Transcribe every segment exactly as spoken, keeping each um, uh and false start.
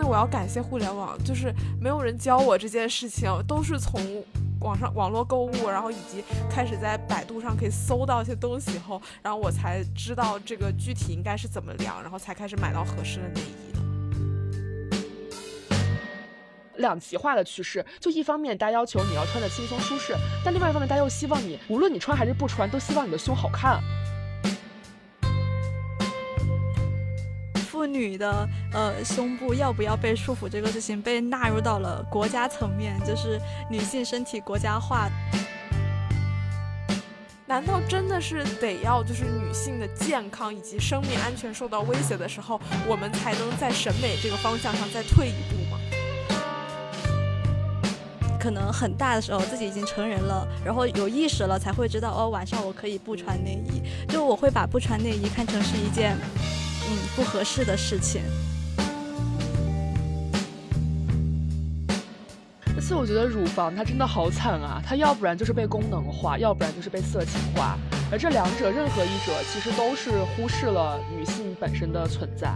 我要感谢互联网，就是没有人教我这件事情，都是从网上网络购物，然后以及开始在百度上可以搜到一些东西以后，然后我才知道这个具体应该是怎么量，然后才开始买到合适的内衣的。 两极化的趋势，就一方面大家要求你要穿的轻松舒适，但另外一方面大家又希望你无论你穿还是不穿都希望你的胸好看。 妇女的呃胸部要不要被束缚这个事情被纳入到了国家层面，就是女性身体国家化。 难道真的是得要就是女性的健康以及生命安全受到威胁的时候，我们才能在审美这个方向上再退一步吗？ 可能很大的时候自己已经成人了，然后有意识了才会知道哦，晚上我可以不穿内衣，就我会把不穿内衣看成是一件嗯不合适的事情。 而且我觉得乳房它真的好惨啊，它要不然就是被功能化，要不然就是被色情化，而这两者任何一者其实都是忽视了女性本身的存在。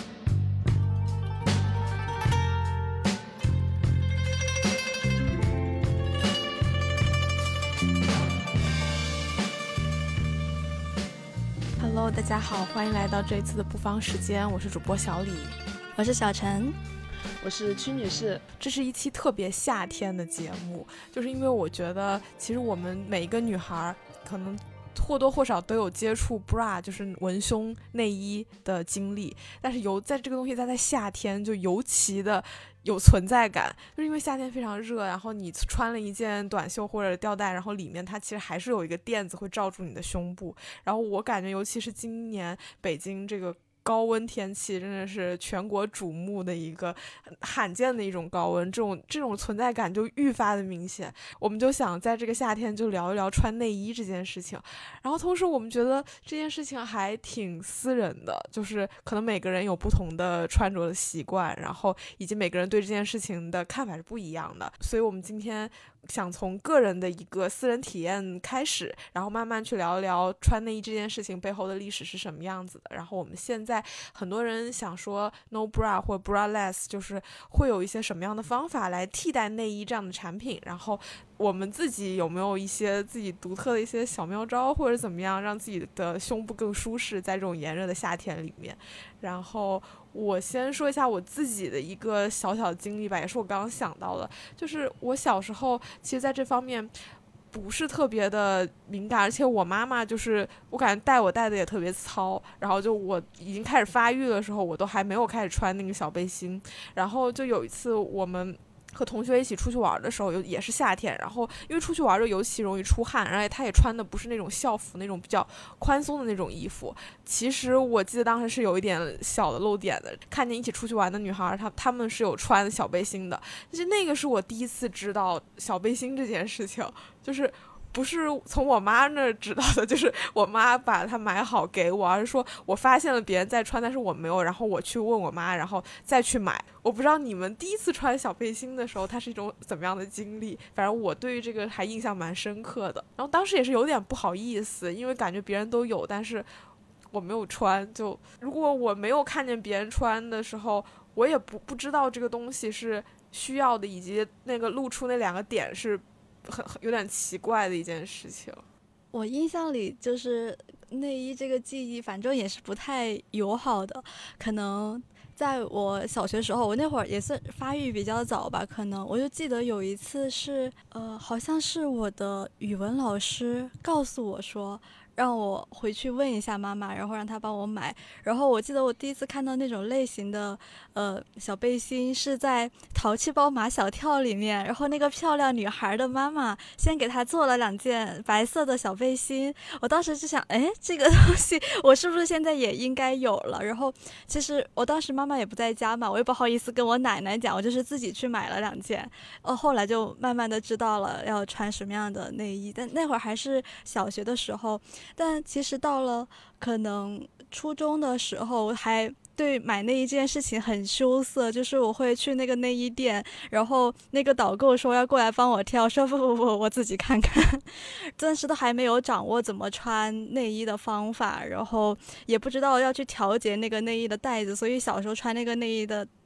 Hello， 大家好，欢迎来到这一次的不妨时间，我是主播小李， 我是小陈， 我是曲女士。 这是一期特别夏天的节目，就是因为我觉得其实我们每一个女孩可能或多或少都有接触 bra 就是文胸内衣的经历，但是由在这个东西在在夏天就尤其的有存在感，就是因为夏天非常热，然后你穿了一件短袖或者吊带，然后里面它其实还是有一个垫子会罩住你的胸部，然后我感觉尤其是今年北京这个高温天气真的是全国瞩目的一个罕见的一种高温，这种这种存在感就愈发的明显。我们就想在这个夏天就聊一聊穿内衣这件事情，然后同时我们觉得这件事情还挺私人的，就是可能每个人有不同的穿着的习惯，然后以及每个人对这件事情的看法是不一样的，所以我们今天想从个人的一个私人体验开始，然后慢慢去聊一聊穿内衣这件事情背后的历史是什么样子的。然后我们现在很多人想说 no bra 或 braless， 就是会有一些什么样的方法来替代内衣这样的产品，然后我们自己有没有一些自己独特的一些小妙招，或者怎么样让自己的胸部更舒适在这种炎热的夏天里面。然后我先说一下我自己的一个小小的经历吧，也是我刚刚想到的，就是我小时候其实在这方面不是特别的敏感，而且我妈妈就是我感觉带我带的也特别糙，然后就我已经开始发育的时候我都还没有开始穿那个小背心，然后就有一次我们和同学一起出去玩的时候，也是夏天，然后因为出去玩就尤其容易出汗，而且他也穿的不是那种校服那种比较宽松的那种衣服，其实我记得当时是有一点小的漏点的，看见一起出去玩的女孩她她们是有穿小背心的，但是那个是我第一次知道小背心这件事情，就是不是从我妈那儿知道的，就是我妈把它买好给我，而是说我发现了别人在穿，但是我没有，然后我去问我妈，然后再去买。我不知道你们第一次穿小背心的时候它是一种怎么样的经历，反正我对于这个还印象蛮深刻的，然后当时也是有点不好意思，因为感觉别人都有但是我没有穿，就如果我没有看见别人穿的时候，我也不不知道这个东西是需要的，以及那个露出那两个点是很很有点奇怪的一件事情。 我印象里就是内衣这个记忆反正也是不太友好的，可能在我小学时候，我那会儿也是发育比较早吧，可能我就记得有一次是呃，好像是我的语文老师告诉我说让我回去问一下妈妈，然后让她帮我买。然后我记得我第一次看到那种类型的呃小背心是在淘气包马小跳里面，然后那个漂亮女孩的妈妈先给她做了两件白色的小背心，我当时就想，哎，这个东西我是不是现在也应该有了？然后其实我当时妈妈也不在家嘛，我也不好意思跟我奶奶讲，我就是自己去买了两件。哦，后来就慢慢的知道了要穿什么样的内衣，但那会儿还是小学的时候。但其实到了可能初中的时候，还对买内衣这件事情很羞涩，就是我会去那个内衣店，然后那个导购说要过来帮我挑，说不不不我自己看看，暂时都还没有掌握怎么穿内衣的方法，然后也不知道要去调节那个内衣的带子，所以小时候穿那个内衣的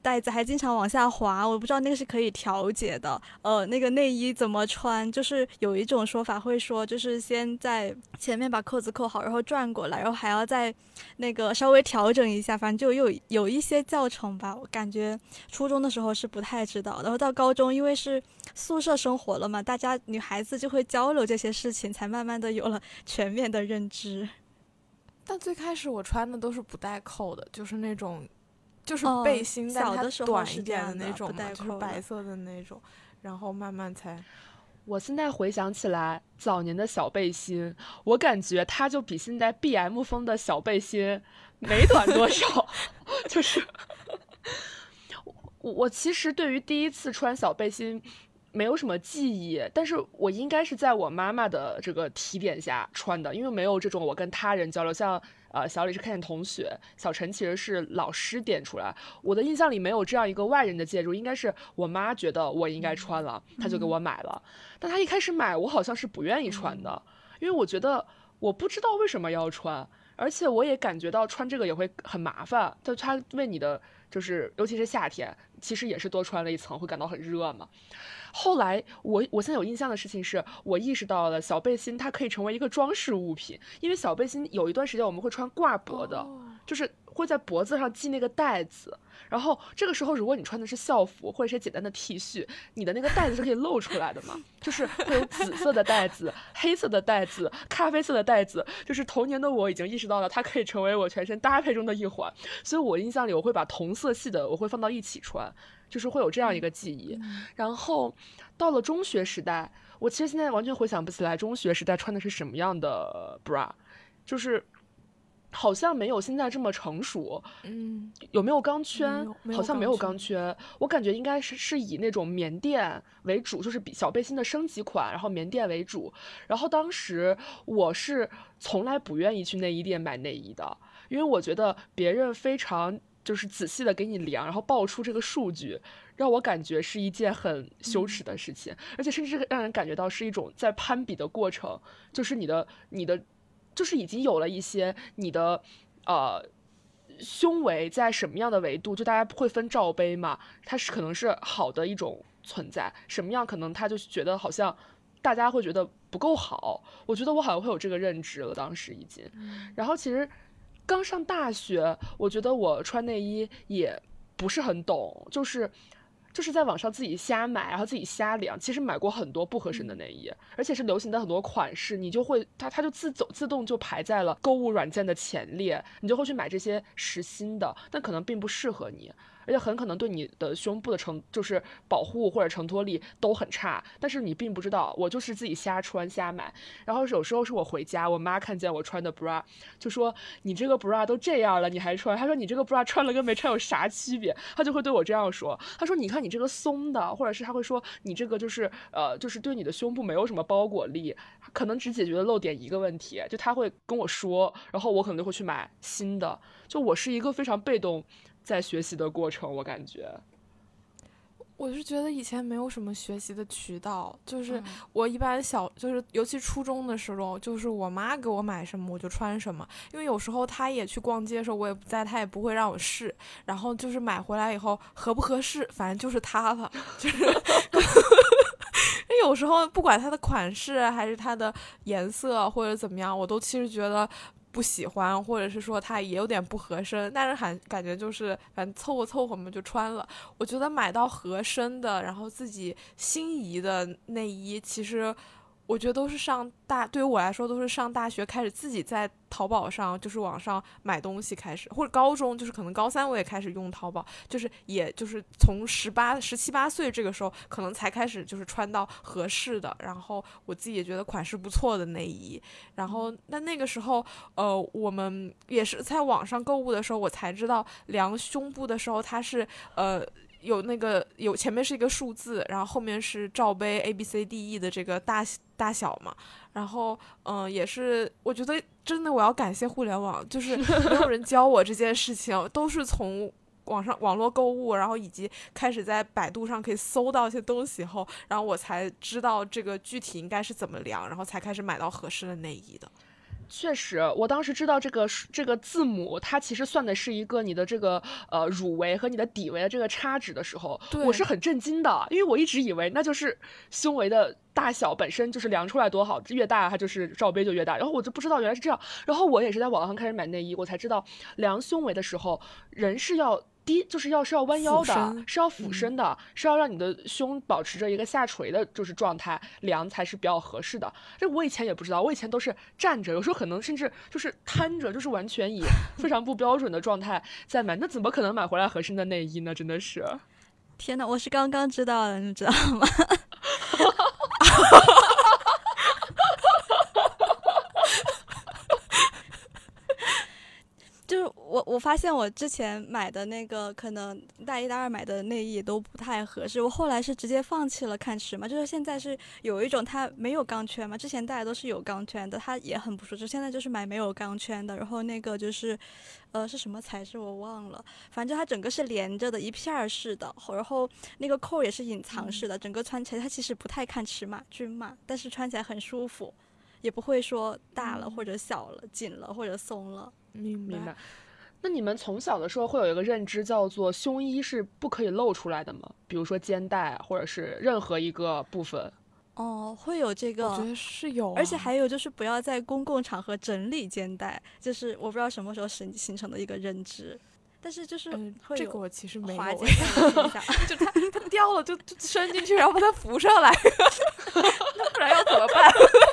带子还经常往下滑，我不知道那个是可以调节的。呃，那个内衣怎么穿，就是有一种说法会说，就是先在前面把扣子扣好，然后转过来，然后还要再那个稍微调整一下，反正就有有一些教程吧。我感觉初中的时候是不太知道，然后到高中因为是宿舍生活了嘛，大家女孩子就会交流这些事情，才慢慢的有了全面的认知。 但最开始我穿的都是不带扣的，就是那种就是背心、 哦、 但它短一点的那种嘛，就是白色的那种，然后慢慢才。 我现在回想起来早年的小背心，我感觉它就比现在 B M 风的小背心没短多少就是我其实对于第一次穿小背心没有什么记忆，但是我应该是在我妈妈的这个提点下穿的，因为没有这种我跟他人交流，像呃小李是看见同学，小陈其实是老师点出来，我的印象里没有这样一个外人的介入，应该是我妈觉得我应该穿了，她就给我买了。但她一开始买我好像是不愿意穿的，因为我觉得我不知道为什么要穿，而且我也感觉到穿这个也会很麻烦，就它为你的就是尤其是夏天其实也是多穿了一层会感到很热嘛。后来我我现在有印象的事情是，我意识到了小背心它可以成为一个装饰物品，因为小背心有一段时间我们会穿挂脖的，就是会在脖子上系那个带子，然后这个时候如果你穿的是校服或者是简单的 T 恤，你的那个带子是可以露出来的嘛，就是会有紫色的带子、黑色的带子、咖啡色的带子，就是童年的我已经意识到了它可以成为我全身搭配中的一环，所以我印象里我会把同色系的我会放到一起穿，就是会有这样一个记忆。嗯、然后到了中学时代，我其实现在完全回想不起来中学时代穿的是什么样的 bra， 就是好像没有现在这么成熟。 嗯， 有没有钢圈？好像没有钢圈。 圈。我感觉应该是是以那种棉垫为主，就是比小背心的升级款，然后棉垫为主。然后当时我是从来不愿意去内衣店买内衣的，因为我觉得别人非常就是仔细的给你量，然后报出这个数据，让我感觉是一件很羞耻的事情，嗯、而且甚至让人感觉到是一种在攀比的过程，就是你的你的。就是已经有了一些你的呃胸围在什么样的维度，就大家会分罩杯嘛，它是可能是好的一种存在，什么样可能他就觉得好像大家会觉得不够好，我觉得我好像会有这个认知了，当时已经。然后其实刚上大学，我觉得我穿内衣也不是很懂，就是就是在网上自己瞎买，然后自己瞎量，其实买过很多不合身的内衣，嗯、而且是流行的很多款式，你就会它它就自走自动就排在了购物软件的前列，你就会去买这些实心的，但可能并不适合你，而且很可能对你的胸部的承就是保护或者承托力都很差，但是你并不知道，我就是自己瞎穿瞎买。然后有时候是我回家，我妈看见我穿的 bra 就说你这个 bra 都这样了你还穿，她说你这个 bra 穿了跟没穿有啥区别，她就会对我这样说，她说你看你这个松的，或者是她会说你这个就是呃就是对你的胸部没有什么包裹力，可能只解决了漏点一个问题，就她会跟我说，然后我可能就会去买新的，就我是一个非常被动在学习的过程，我感觉。 我是觉得以前没有什么学习的渠道，就是我一般小就是尤其初中的时候，就是我妈给我买什么我就穿什么，因为有时候她也去逛街的时候我也不在，她也不会让我试，然后就是买回来以后合不合适反正就是它了，就是有时候不管它的款式还是它的颜色或者怎么样，我都其实觉得不喜欢，或者是说它也有点不合身，但是还感觉就是反正凑合凑合嘛就穿了。我觉得买到合身的然后自己心仪的内衣，其实我觉得都是上大对于我来说都是上大学开始自己在淘宝上就是网上买东西开始，或者高中就是可能高三我也开始用淘宝，就是也就是从十八十七八岁这个时候可能才开始就是穿到合适的，然后我自己也觉得款式不错的内衣。然后那那个时候呃我们也是在网上购物的时候我才知道量胸部的时候它是呃有那个有前面是一个数字，然后后面是罩杯 A B C D E 的这个大大小嘛，然后嗯、呃、也是我觉得真的我要感谢互联网，就是没有人教我这件事情，都是从网上网络购物，然后以及开始在百度上可以搜到一些东西后，然后我才知道这个具体应该是怎么量，然后才开始买到合适的内衣的。 确实，我当时知道这个这个字母，它其实算的是一个你的这个呃乳围和你的底围的这个差值的时候，我是很震惊的，因为我一直以为那就是胸围的大小本身就是量出来多好，越大它就是罩杯就越大，然后我就不知道原来是这样，然后我也是在网上开始买内衣，我才知道量胸围的时候人是要低，就是要是要弯腰的，是要俯身的、嗯、是要让你的胸保持着一个下垂的就是状态量才是比较合适的。这我以前也不知道，我以前都是站着，有时候可能甚至就是瘫着，就是完全以非常不标准的状态在买，那怎么可能买回来合身的内衣呢？真的是天哪，我是刚刚知道的，你知道吗？就是我我发现我之前买的那个可能大一大二买的内衣都不太合适，我后来是直接放弃了看尺码，就是现在是有一种它没有钢圈嘛，之前大家都是有钢圈的，它也很不舒适，现在就是买没有钢圈的，然后那个就是呃是什么材质我忘了，反正它整个是连着的一片式的，然后那个扣也是隐藏式的、嗯、整个穿起来它其实不太看尺码均码，但是穿起来很舒服，也不会说大了或者小了、紧了或者松了。 明白。 明白。那你们从小的时候会有一个认知叫做胸衣是不可以露出来的吗？比如说肩带或者是任何一个部分。 哦，会有这个， 我觉得是有、啊， 而且还有就是不要在公共场合整理肩带，就是我不知道什么时候形形成的一个认知。但是就是会有、嗯、 这个我其实没有， 就它它掉了就就伸进去，然后把它扶上来，那不然要怎么办？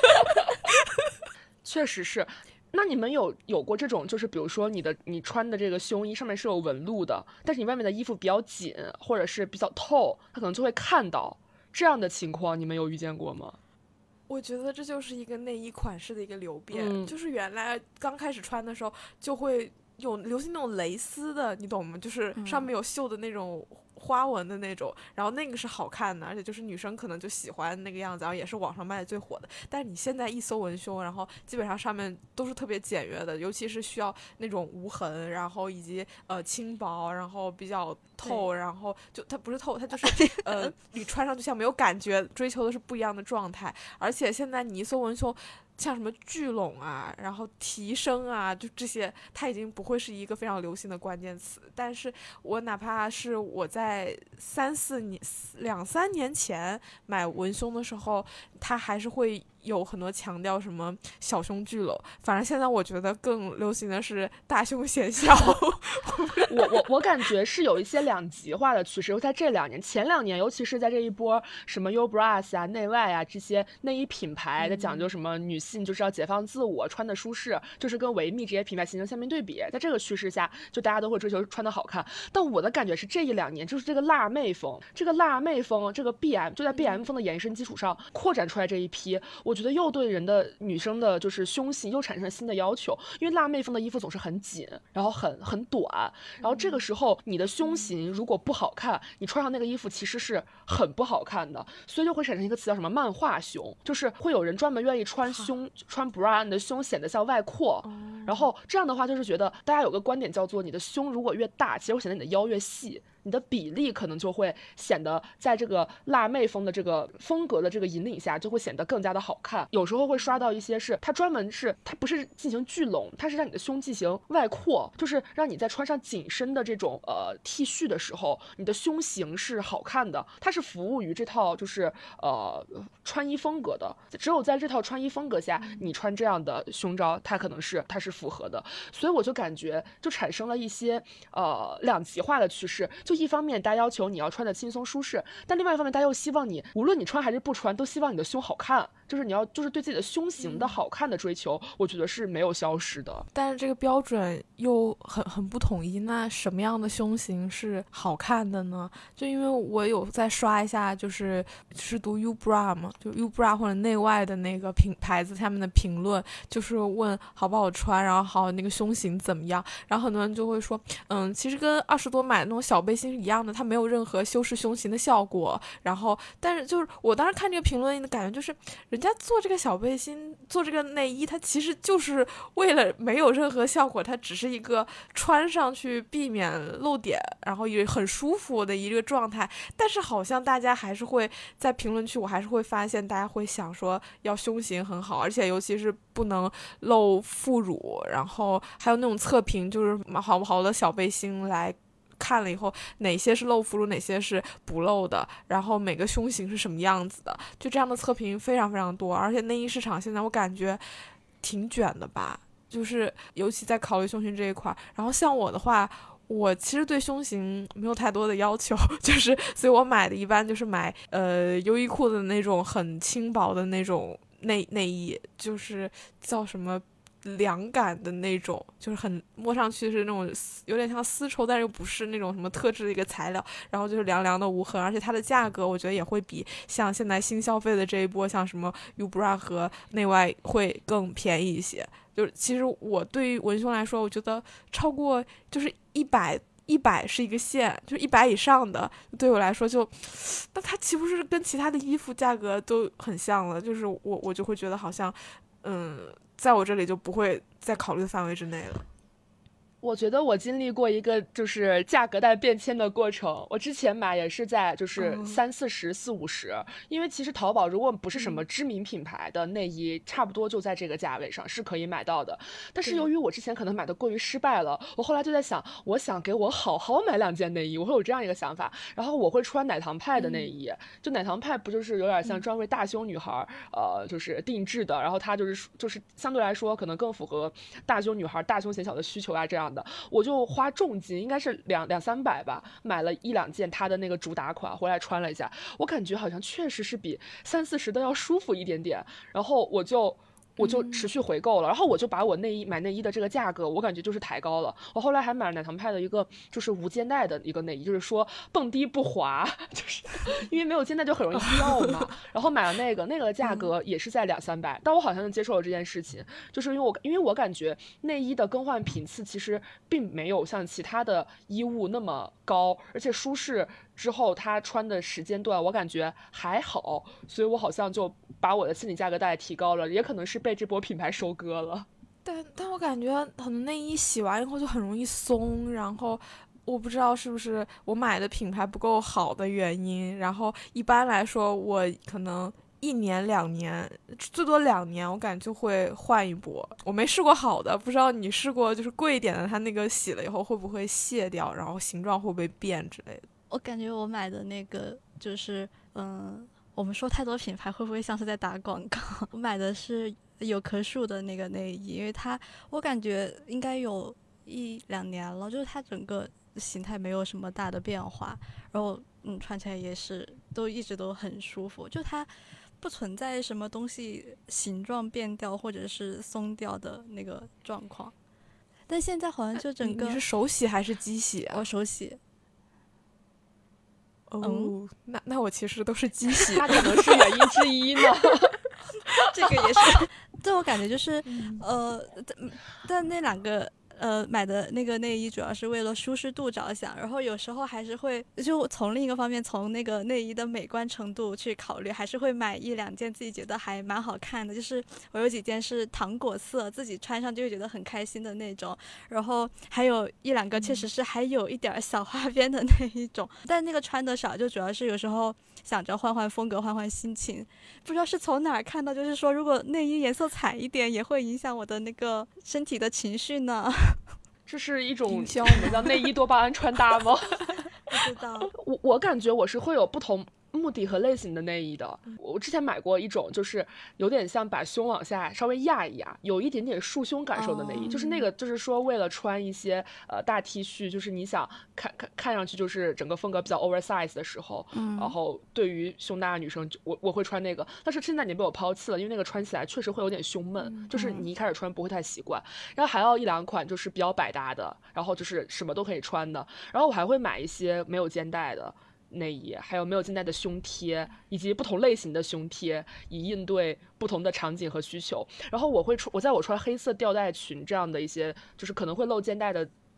确实是。那你们有有过这种，就是比如说你的你穿的这个胸衣上面是有纹路的，但是你外面的衣服比较紧或者是比较透，它可能就会看到，这样的情况你们有遇见过吗？ 我觉得这就是一个内衣款式的一个流变、嗯、就是原来刚开始穿的时候就会有流行那种蕾丝的，你懂吗？就是上面有绣的那种花纹的那种，然后那个是好看的，而且就是女生可能就喜欢那个样子，然后也是网上卖的最火的。但是你现在一搜文胸，然后基本上上面都是特别简约的，尤其是需要那种无痕，然后以及呃轻薄，然后比较透，然后就它不是透，它就是呃你穿上去像没有感觉，追求的是不一样的状态。而且现在你一搜文胸，像什么聚拢啊，然后提升啊，就这些它已经不会是一个非常流行的关键词。但是我哪怕是我在三四年两三年前买文胸的时候，它还是会有很多强调什么小胸聚拢，反正现在我觉得更流行的是大胸显小。 我我我感觉是有一些两极化的趋势，在这两年前两年，尤其是在这一波什么 U-Bras 啊、内外啊这些内衣品牌的讲究什么女性就是要解放自我，穿的舒适，就是跟维密这些品牌形成鲜明对比。在这个趋势下，就大家都会追求穿的好看。但我的感觉是这一两年就是这个辣妹风，这个辣妹风，这个 B M 就在 B M 风的延伸基础上扩展出来这一批，我觉得又对人的女生的就是胸型又产生了新的要求。因为辣妹风的衣服总是很紧，然后很很短，然后这个时候你的胸型如果不好看，你穿上那个衣服其实是很不好看的，所以就会产生一个词叫什么漫画胸，就是会有人专门愿意穿胸穿 bra， 你的胸显得像外扩，然后这样的话就是觉得大家有个观点叫做你的胸如果越大，其实会显得你的腰越细，你的比例可能就会显得在这个辣妹风的这个风格的这个引领下就会显得更加的好看。有时候会刷到一些是它专门是它不是进行聚拢，它是让你的胸进行外扩，就是让你在穿上紧身的这种呃 T 恤的时候，你的胸型是好看的，它是服务于这套就是呃穿衣风格的，只有在这套穿衣风格下你穿这样的胸罩它可能是它是符合的。所以我就感觉就产生了一些呃两极化的趋势，就一方面大家要求你要穿的轻松舒适，但另外一方面大家又希望你无论你穿还是不穿都希望你的胸好看，就是你要就是对自己的胸型的好看的追求、嗯、我觉得是没有消失的。 但是这个标准又很很不统一，那什么样的胸型是好看的呢？就因为我有在刷一下就是是读 U-Bra 嘛，就 U-Bra 或者内外的那个品牌子下面的评论，就是问好不好穿，然后好那个胸型怎么样，然后很多人就会说嗯，其实跟二十多买的那种小背心是一样的，它没有任何修饰胸型的效果。然后但是就是我当时看这个评论的感觉就是人人家做这个小背心做这个内衣，它其实就是为了没有任何效果，它只是一个穿上去避免露点然后也很舒服的一个状态，但是好像大家还是会在评论区，我还是会发现大家会想说要胸型很好，而且尤其是不能露副乳，然后还有那种测评，就是好不好的小背心来看了以后哪些是露副乳哪些是不露的，然后每个胸型是什么样子的，就这样的测评非常非常多。而且内衣市场现在我感觉挺卷的吧，就是尤其在考虑胸型这一块。然后像我的话，我其实对胸型没有太多的要求，就是所以我买的一般就是买呃优衣库的那种很轻薄的那种内内衣，就是叫什么凉感的那种，就是很摸上去是那种有点像丝绸，但是又不是那种什么特制的一个材料，然后就是凉凉的无痕，而且它的价格我觉得也会比像现在新消费的这一波像什么 Ubra 和内外会更便宜一些。就是其实我对于文胸来说，我觉得超过就是一百一百是一个线，就是一百以上的对我来说就，那它岂不是跟其他的衣服价格都很像了？就是我我就会觉得好像，嗯，在我这里就不会在考虑的范围之内了。 我觉得我经历过一个就是价格带变迁的过程。我之前买也是在就是三四十、四五十，因为其实淘宝如果不是什么知名品牌的内衣，嗯、差不多就在这个价位上是可以买到的。但是由于我之前可能买的过于失败了，我后来就在想，我想给我好好买两件内衣，我会有这样一个想法。然后我会穿奶糖派的内衣，嗯、就奶糖派不就是有点像专为大胸女孩、嗯、呃就是定制的，然后它就是就是相对来说可能更符合大胸女孩大胸显小的需求啊这样。我就花重金，应该是两两三百吧，买了一两件它的那个主打款回来穿了一下，我感觉好像确实是比三四十的要舒服一点点，然后我就我就持续回购了，然后我就把我内衣买内衣的这个价格，我感觉就是抬高了。我后来还买了奶糖派的一个就是无肩带的一个内衣，就是说蹦迪不滑，就是因为没有肩带就很容易掉嘛。然后买了那个，那个的价格也是在两三百，但我好像就接受了这件事情，就是因为我因为我感觉内衣的更换频次其实并没有像其他的衣物那么高，而且舒适之后他穿的时间段我感觉还好，所以我好像就把我的心理价格带提高了，也可能是被这波品牌收割了。 但但我感觉很多内衣洗完以后就很容易松，然后我不知道是不是我买的品牌不够好的原因，然后一般来说我可能一年两年最多两年我感觉就会换一波。我没试过好的，不知道你试过就是贵一点的，它那个洗了以后会不会卸掉，然后形状会不会变之类的。 我感觉我买的那个就是嗯，我们说太多品牌会不会像是在打广告？我买的是有棵树的那个内衣，因为它我感觉应该有一两年了，就是它整个形态没有什么大的变化，然后嗯穿起来也是都一直都很舒服，就它不存在什么东西形状变掉或者是松掉的那个状况。但现在好像就整个你, 你是手洗还是机洗啊？ 我手洗。 哦、嗯，那那我其实都是机洗， 那可能是原因之一呢。 这个也是，对我感觉就是，嗯、呃，但那两个呃买的那个内衣主要是为了舒适度着想，然后有时候还是会就从另一个方面，从那个内衣的美观程度去考虑，还是会买一两件自己觉得还蛮好看的。就是我有几件是糖果色，自己穿上就会觉得很开心的那种，然后还有一两个确实是还有一点小花边的那一种，但那个穿的少，就主要是有时候想着换换风格换换心情。不知道是从哪儿看到，就是说如果内衣颜色惨一点也会影响我的那个身体的情绪呢。 这是一种叫我们叫内衣多巴胺穿搭吗？ 不知道。 我我感觉我是会有不同目的和类型的内衣的。我之前买过一种就是有点像把胸往下稍微压一压，有一点点束胸感受的内衣、哦、就是那个就是说为了穿一些呃大 T 恤，就是你想看看看上去就是整个风格比较 oversize 的时候、嗯、然后对于胸大的女生我我会穿那个，但是现在你被我抛弃了，因为那个穿起来确实会有点胸闷、嗯、就是你一开始穿不会太习惯。然后还有一两款就是比较百搭的，然后就是什么都可以穿的，然后我还会买一些没有肩带的内衣，还有没有肩带的胸贴，以及不同类型的胸贴，以应对不同的场景和需求。然后我会穿，我在我穿黑色吊带裙这样的一些就是可能会露肩带的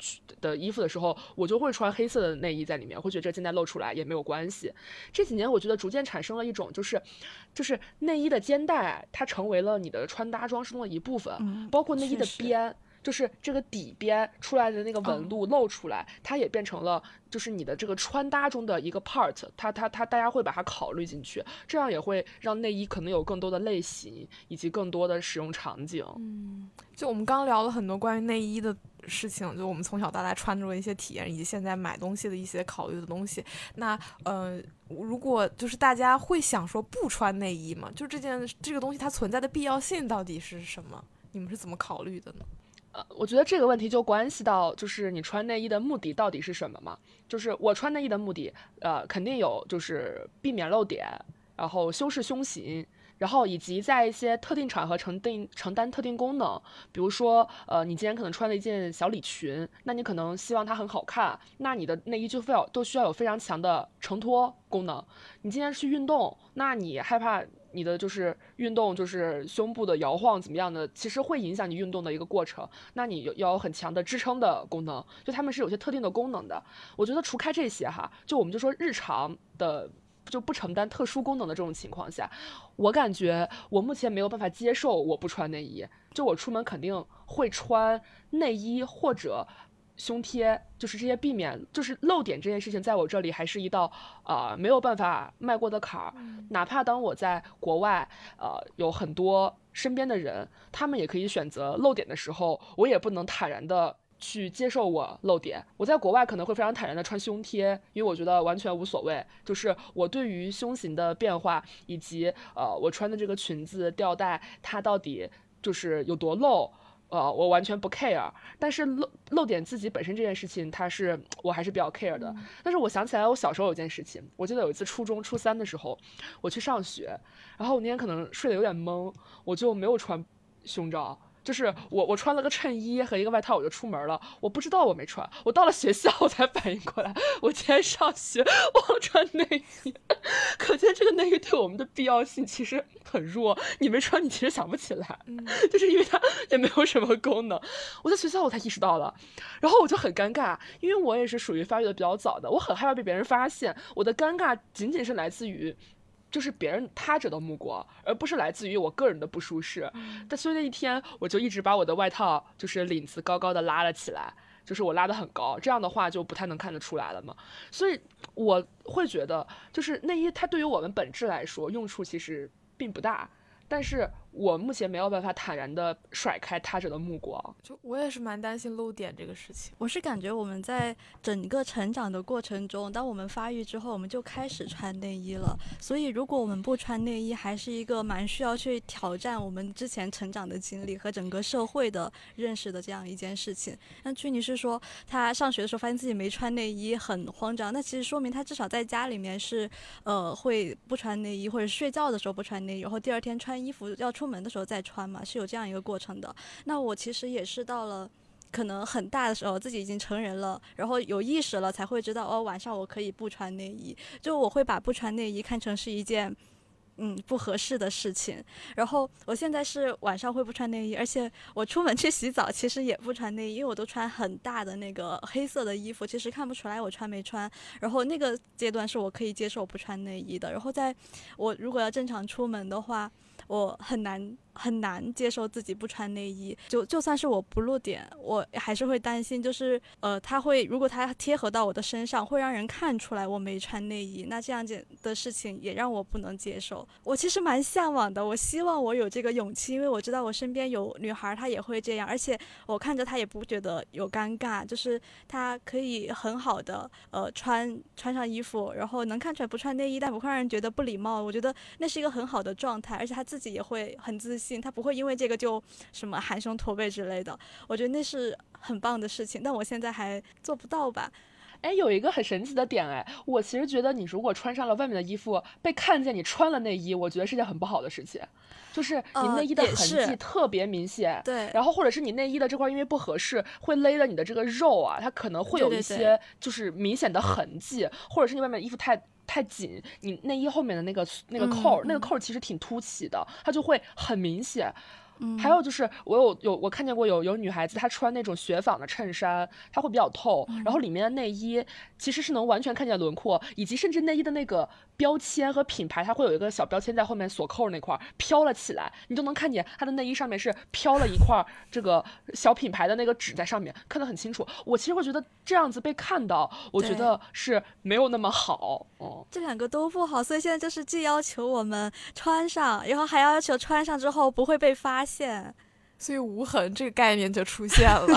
的衣服的时候，我就会穿黑色的内衣在里面，会觉得这肩带露出来也没有关系。这几年我觉得逐渐产生了一种就是就是内衣的肩带它成为了你的穿搭装饰中的一部分， 嗯、 包括内衣的边，就是这个底边出来的那个纹路露出来、嗯、它也变成了就是你的这个穿搭中的一个 part， 它它它大家会把它考虑进去，这样也会让内衣可能有更多的类型以及更多的使用场景。 嗯，就我们刚聊了很多关于内衣的事情，就我们从小到大穿着的一些体验，以及现在买东西的一些考虑的东西。那呃，如果就是大家会想说不穿内衣嘛，就这件这个东西它存在的必要性到底是什么？你们是怎么考虑的呢？ 呃，我觉得这个问题就关系到就是你穿内衣的目的到底是什么嘛？就是我穿内衣的目的，呃，肯定有就是避免露点，然后修饰胸型。然后以及在一些特定场合承定承担特定功能，比如说，呃，你今天可能穿了一件小礼裙，那你可能希望它很好看，那你的内衣就非要都需要有非常强的承托功能。你今天去运动，那你害怕你的就是运动就是胸部的摇晃怎么样的，其实会影响你运动的一个过程，那你要有很强的支撑的功能，就他们是有些特定的功能的。我觉得除开这些哈，就我们就说日常的。就不承担特殊功能的这种情况下，我感觉我目前没有办法接受我不穿内衣，就我出门肯定会穿内衣或者胸贴，就是这些避免就是露点这件事情在我这里还是一道呃没有办法迈过的坎儿、嗯、哪怕当我在国外呃有很多身边的人他们也可以选择露点的时候，我也不能坦然的去接受我露点。我在国外可能会非常坦然的穿胸贴，因为我觉得完全无所谓，就是我对于胸型的变化以及呃我穿的这个裙子吊带它到底就是有多露，呃我完全不 care。 但是露露点自己本身这件事情它是我还是比较 care 的、嗯、但是我想起来我小时候有件事情，我记得有一次初中初三的时候我去上学，然后我那天可能睡得有点懵，我就没有穿胸罩，就是我我穿了个衬衣和一个外套我就出门了，我不知道我没穿，我到了学校我才反应过来我今天上学忘了穿内衣可见这个内衣对我们的必要性其实很弱，你没穿你其实想不起来、嗯、就是因为它也没有什么功能。我在学校我才意识到了，然后我就很尴尬，因为我也是属于发育的比较早的，我很害怕被别人发现，我的尴尬仅仅是来自于就是别人他者的目光，而不是来自于我个人的不舒适、嗯、但所以那一天我就一直把我的外套就是领子高高的拉了起来，就是我拉得很高，这样的话就不太能看得出来了嘛。所以我会觉得就是内衣它对于我们本质来说用处其实并不大，但是我目前没有办法坦然的甩开他者的目光。 就我也是蛮担心露点这个事情。 我是感觉我们在整个成长的过程中，当我们发育之后我们就开始穿内衣了，所以如果我们不穿内衣还是一个蛮需要去挑战我们之前成长的经历和整个社会的认识的这样一件事情。那曲妮是说他上学的时候发现自己没穿内衣很慌张，那其实说明他至少在家里面是呃会不穿内衣，或者睡觉的时候不穿内衣，然后第二天穿衣服要出门的时候再穿嘛，是有这样一个过程的。那我其实也是到了可能很大的时候自己已经成人了，然后有意识了才会知道哦，晚上我可以不穿内衣，就我会把不穿内衣看成是一件嗯不合适的事情。然后我现在是晚上会不穿内衣，而且我出门去洗澡其实也不穿内衣，因为我都穿很大的那个黑色的衣服，其实看不出来我穿没穿，然后那个阶段是我可以接受不穿内衣的。然后在我如果要正常出门的话，我很难很难接受自己不穿内衣，就就算是我不露点，我还是会担心，就是呃，它会如果它贴合到我的身上，会让人看出来我没穿内衣，那这样子的事情也让我不能接受。我其实蛮向往的，我希望我有这个勇气，因为我知道我身边有女孩她也会这样，而且我看着她也不觉得有尴尬，就是她可以很好的呃穿穿上衣服，然后能看出来不穿内衣，但不会让人觉得不礼貌。我觉得那是一个很好的状态，而且她自己也会很自信，她不会因为这个就什么含胸驼背之类的，我觉得那是很棒的事情，但我现在还做不到吧。 哎，有一个很神奇的点，哎，我其实觉得你如果穿上了外面的衣服，被看见你穿了内衣，我觉得是件很不好的事情，就是你内衣的痕迹特别明显、呃、 对， 然后或者是你内衣的这块因为不合适会勒了你的这个肉啊，它可能会有一些就是明显的痕迹，对对对，或者是你外面的衣服太太紧，你内衣后面的那个那个扣、嗯、那个扣其实挺凸起的，它就会很明显。 嗯， 还有就是我有有我看见过有有女孩子她穿那种雪纺的衬衫，它会比较透， 嗯、 然后里面的内衣其实是能完全看见轮廓，以及甚至内衣的那个标签和品牌，它会有一个小标签在后面锁扣那块飘了起来，你就能看见它的内衣上面是飘了一块这个小品牌的那个纸在上面，看得很清楚。我其实会觉得这样子被看到，我觉得是没有那么好。嗯， 这两个都不好，所以现在就是既要求我们穿上，然后还要求穿上之后不会被发现， 所以无痕这个概念就出现了。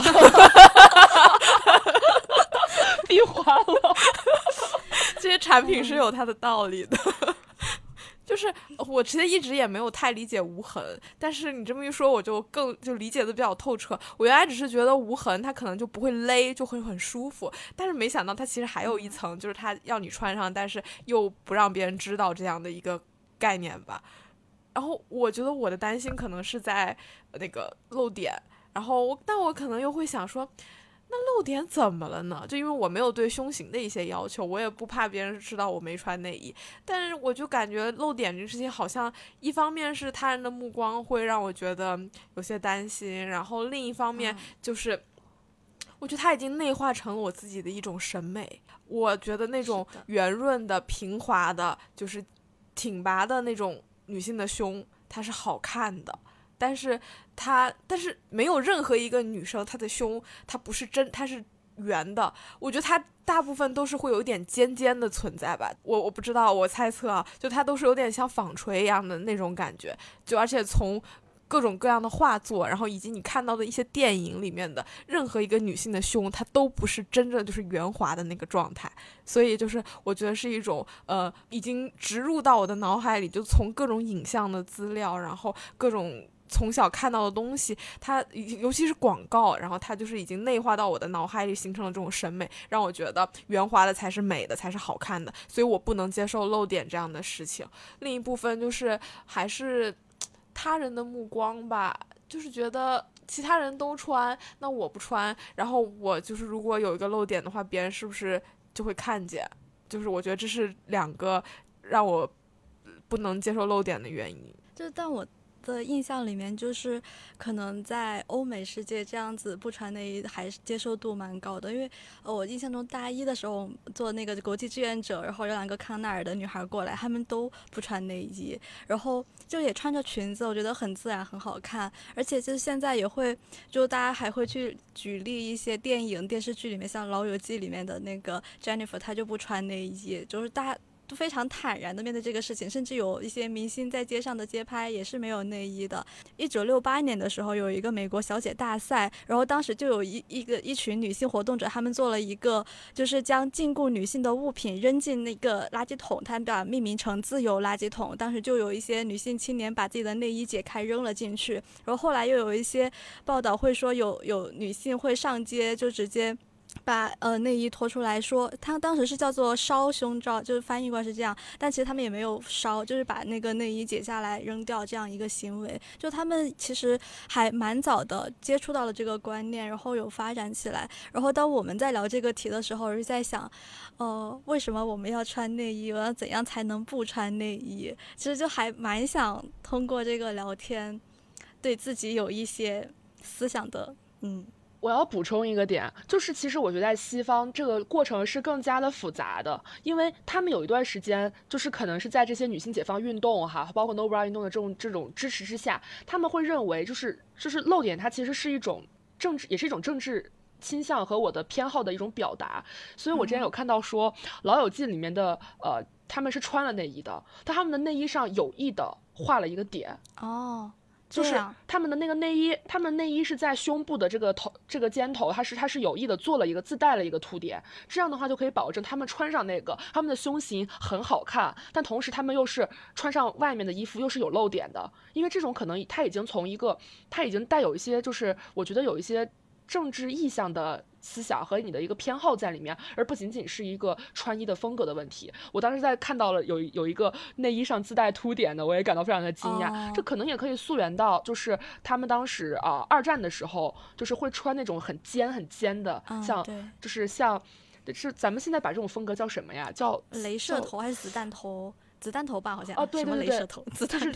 闭环了。 这些产品是有它的道理的。就是我其实一直也没有太理解无痕，但是你这么一说我就更就理解的比较透彻。我原来只是觉得无痕它可能就不会勒，就会很舒服，但是没想到它其实还有一层，就是它要你穿上但是又不让别人知道这样的一个概念吧。然后我觉得我的担心可能是在那个漏点，然后但我可能又会想说那漏点怎么了呢？就因为我没有对胸型的一些要求，我也不怕别人知道我没穿内衣，但是我就感觉漏点这个事情好像一方面是他人的目光会让我觉得有些担心，然后另一方面就是我觉得它已经内化成了我自己的一种审美。我觉得那种圆润的平滑的就是挺拔的那种女性的胸它是好看的，但是她但是没有任何一个女生她的胸她不是真她是圆的，我觉得她大部分都是会有一点尖尖的存在吧，我我不知道，我猜测啊，就它都是有点像纺锤一样的那种感觉，就而且从各种各样的画作，然后以及你看到的一些电影里面的任何一个女性的胸，它都不是真正就是圆滑的那个状态，所以就是我觉得是一种呃已经植入到我的脑海里，就从各种影像的资料，然后各种从小看到的东西，它尤其是广告，然后它就是已经内化到我的脑海里，形成了这种审美，让我觉得圆滑的才是美的，才是好看的，所以我不能接受漏点这样的事情。另一部分就是还是他人的目光吧，就是觉得其他人都穿，那我不穿，然后我就是如果有一个漏点的话，别人是不是就会看见？就是我觉得这是两个让我不能接受漏点的原因。 就但我的印象里面，就是可能在欧美世界这样子不穿内衣还是接受度蛮高的，因为呃我印象中大一的时候做那个国际志愿者，然后有两个康奈尔的女孩过来，她们都不穿内衣，然后就也穿着裙子，我觉得很自然很好看，而且就是现在也会就大家还会去举例一些电影电视剧里面，像老友记里面的那个 Jennifer 她就不穿内衣，就是大家都非常坦然的面对这个事情，甚至有一些明星在街上的街拍也是没有内衣的。一九六八年的时候有一个美国小姐大赛，然后当时就有一一个一群女性活动者，他们做了一个就是将禁锢女性的物品扔进那个垃圾桶，他们把命名成自由垃圾桶，当时就有一些女性青年把自己的内衣解开扔了进去，然后后来又有一些报道会说有有女性会上街就直接把呃内衣脱出来说，他当时是叫做烧胸罩，就是翻译过来是这样，但其实他们也没有烧，就是把那个内衣解下来扔掉这样一个行为，就他们其实还蛮早的接触到了这个观念，然后有发展起来。然后当我们在聊这个题的时候，我是在想，呃，为什么我们要穿内衣？我要怎样才能不穿内衣？其实就还蛮想通过这个聊天，对自己有一些思想的，嗯。 我要补充一个点，就是其实我觉得在西方这个过程是更加的复杂的，因为他们有一段时间就是可能是在这些女性解放运动哈，包括 No Bra 运动的这种这种支持之下，他们会认为就是就是漏点它其实是一种政治，也是一种政治倾向和我的偏好的一种表达。所以我之前有看到说、嗯、老友记里面的呃他们是穿了内衣的，但他们的内衣上有意的画了一个点哦， 就是他们的那个内衣，他们内衣是在胸部的这个头、这个肩头，它是它是有意的做了一个自带了一个凸点，这样的话就可以保证他们穿上那个，他们的胸型很好看，但同时他们又是穿上外面的衣服又是有漏点的，因为这种可能它已经从一个，它已经带有一些就是我觉得有一些政治意向的思想和你的一个偏好在里面，而不仅仅是一个穿衣的风格的问题。我当时在看到了有有一个内衣上自带凸点的，我也感到非常的惊讶、哦、这可能也可以溯源到就是他们当时啊、呃、二战的时候就是会穿那种很尖很尖的、嗯、像就是像是咱们现在把这种风格叫什么呀，叫雷射头还是子弹头？子弹头吧好像哦对对对， 什么雷射头子弹头、就是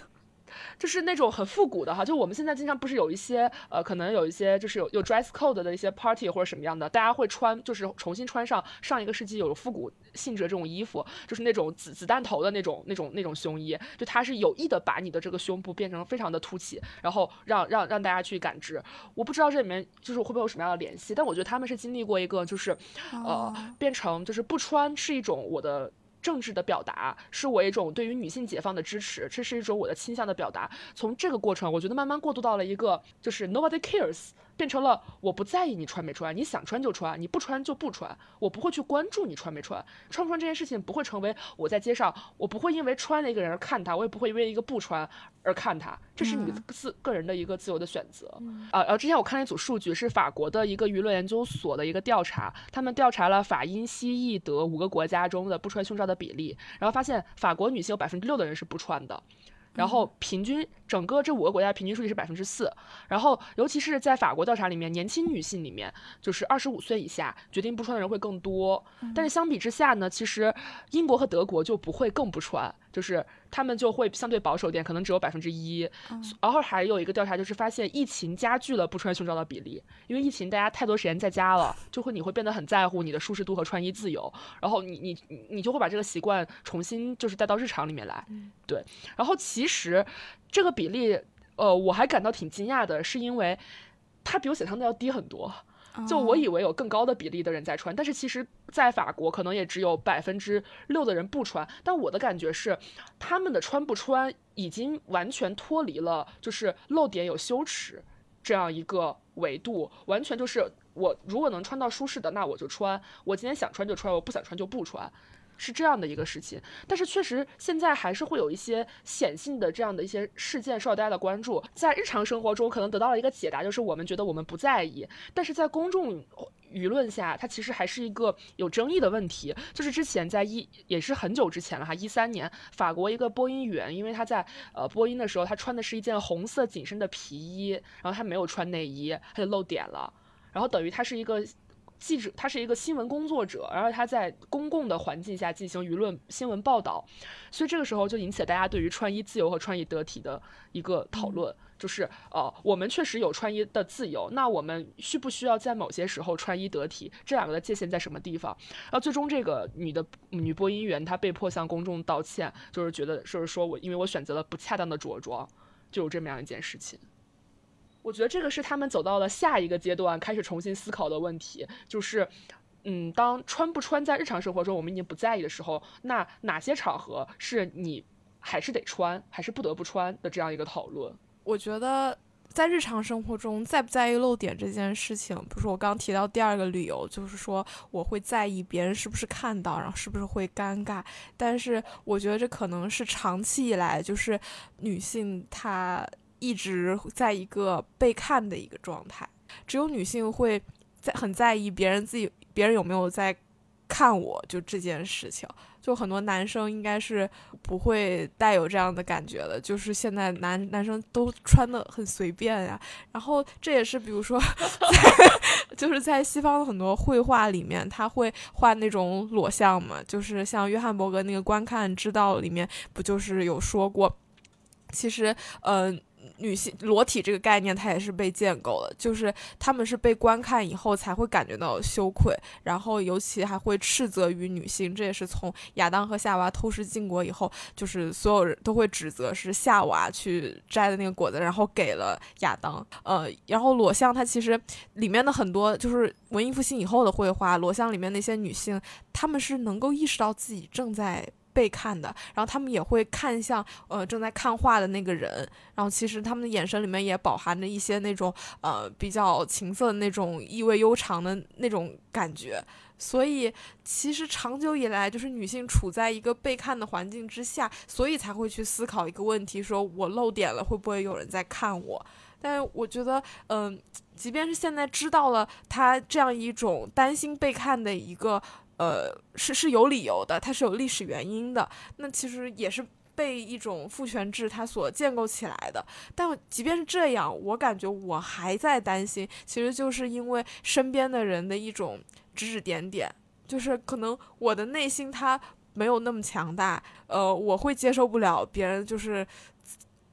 就是那种很复古的哈，就我们现在经常不是有一些呃，可能有一些就是有有 dress code 的一些 party 或者什么样的，大家会穿就是重新穿上上一个世纪有复古性质的这种衣服，就是那种子子弹头的那种那种那种胸衣，就它是有意的把你的这个胸部变成非常的凸起，然后让让让大家去感知。我不知道这里面就是会不会有什么样的联系，但我觉得他们是经历过一个就是呃变成就是不穿是一种我的政治的表达，是我一种对于女性解放的支持，这是一种我的倾向的表达。从这个过程我觉得慢慢过渡到了一个就是 nobody cares， 变成了我不在意你穿没穿，你想穿就穿，你不穿就不穿，我不会去关注你穿没穿，穿不穿这件事情不会成为我在街上，我不会因为穿了一个人而看他，我也不会因为一个不穿而看他，这是你自、嗯、个人的一个自由的选择。嗯、呃，然后之前我看了一组数据，是法国的一个舆论研究所的一个调查，他们调查了法英西意德五个国家中的不穿胸罩的比例，然后发现法国女性有百分之六的人是不穿的，然后平均整个这五个国家平均数据是百分之四，然后尤其是在法国调查里面，年轻女性里面就是二十五岁以下决定不穿的人会更多，但是相比之下呢，其实英国和德国就不会更不穿，就是他们就会相对保守点，可能只有百分之一。然后还有一个调查就是发现疫情加剧了不穿胸罩的比例，因为疫情大家太多时间在家了，就会你会变得很在乎你的舒适度和穿衣自由，然后你你你就会把这个习惯重新就是带到日常里面来。对，然后其实这个比例呃我还感到挺惊讶的，是因为它比我想象的要低很多。就我以为有更高的比例的人在穿，但是其实在法国可能也只有百分之六的人不穿，但我的感觉是他们的穿不穿已经完全脱离了就是露点有羞耻这样一个维度，完全就是我如果能穿到舒适的那我就穿，我今天想穿就穿，我不想穿就不穿，是这样的一个事情。但是确实现在还是会有一些显性的这样的一些事件受到大家的关注，在日常生活中可能得到了一个解答，就是我们觉得我们不在意，但是在公众舆论下它其实还是一个有争议的问题。就是之前在一也是很久之前了哈，一三年法国一个播音员，因为他在呃播音的时候他穿的是一件红色紧身的皮衣，然后他没有穿内衣，他就露点了，然后等于他是一个记者，他是一个新闻工作者，然后他在公共的环境下进行舆论新闻报道，所以这个时候就引起了大家对于穿衣自由和穿衣得体的一个讨论。嗯，就是呃，我们确实有穿衣的自由，那我们需不需要在某些时候穿衣得体？这两个的界限在什么地方？然后最终这个女的女播音员她被迫向公众道歉，就是觉得就是说我因为我选择了不恰当的着装，就有这么样一件事情。我觉得这个是他们走到了下一个阶段开始重新思考的问题，就是嗯，当穿不穿在日常生活中我们已经不在意的时候，那哪些场合是你还是得穿还是不得不穿的这样一个讨论。 我觉得在日常生活中在不在意露点这件事情，比如说我刚提到第二个理由，就是说我会在意别人是不是看到，然后是不是会尴尬，但是我觉得这可能是长期以来就是女性她一直在一个被看的一个状态，只有女性会在很在意别人自己别人有没有在看我，就这件事情。就很多男生应该是不会带有这样的感觉的，就是现在男男生都穿得很随便呀。然后这也是比如说在就是在西方的很多绘画里面他会画那种裸像嘛，就是像约翰伯格那个观看之道里面不就是有说过，其实呃女性裸体这个概念它也是被建构了，就是他们是被观看以后才会感觉到羞愧，然后尤其还会斥责于女性，这也是从亚当和夏娃偷食禁果以后，就是所有人都会指责是夏娃去摘的那个果子然后给了亚当。呃，然后裸像它其实里面的很多就是文艺复兴以后的绘画，裸像里面那些女性她们是能够意识到自己正在被看的，然后他们也会看向呃正在看画的那个人，然后其实他们的眼神里面也饱含着一些那种呃比较情色的那种意味悠长的那种感觉。所以其实长久以来就是女性处在一个被看的环境之下，所以才会去思考一个问题，说我露点了会不会有人在看我。但是我觉得嗯、呃，即便是现在知道了他这样一种担心被看的一个呃，是是有理由的，它是有历史原因的，那其实也是被一种父权制它所建构起来的。但即便是这样，我感觉我还在担心，其实就是因为身边的人的一种指指点点，就是可能我的内心它没有那么强大，呃，我会接受不了别人就是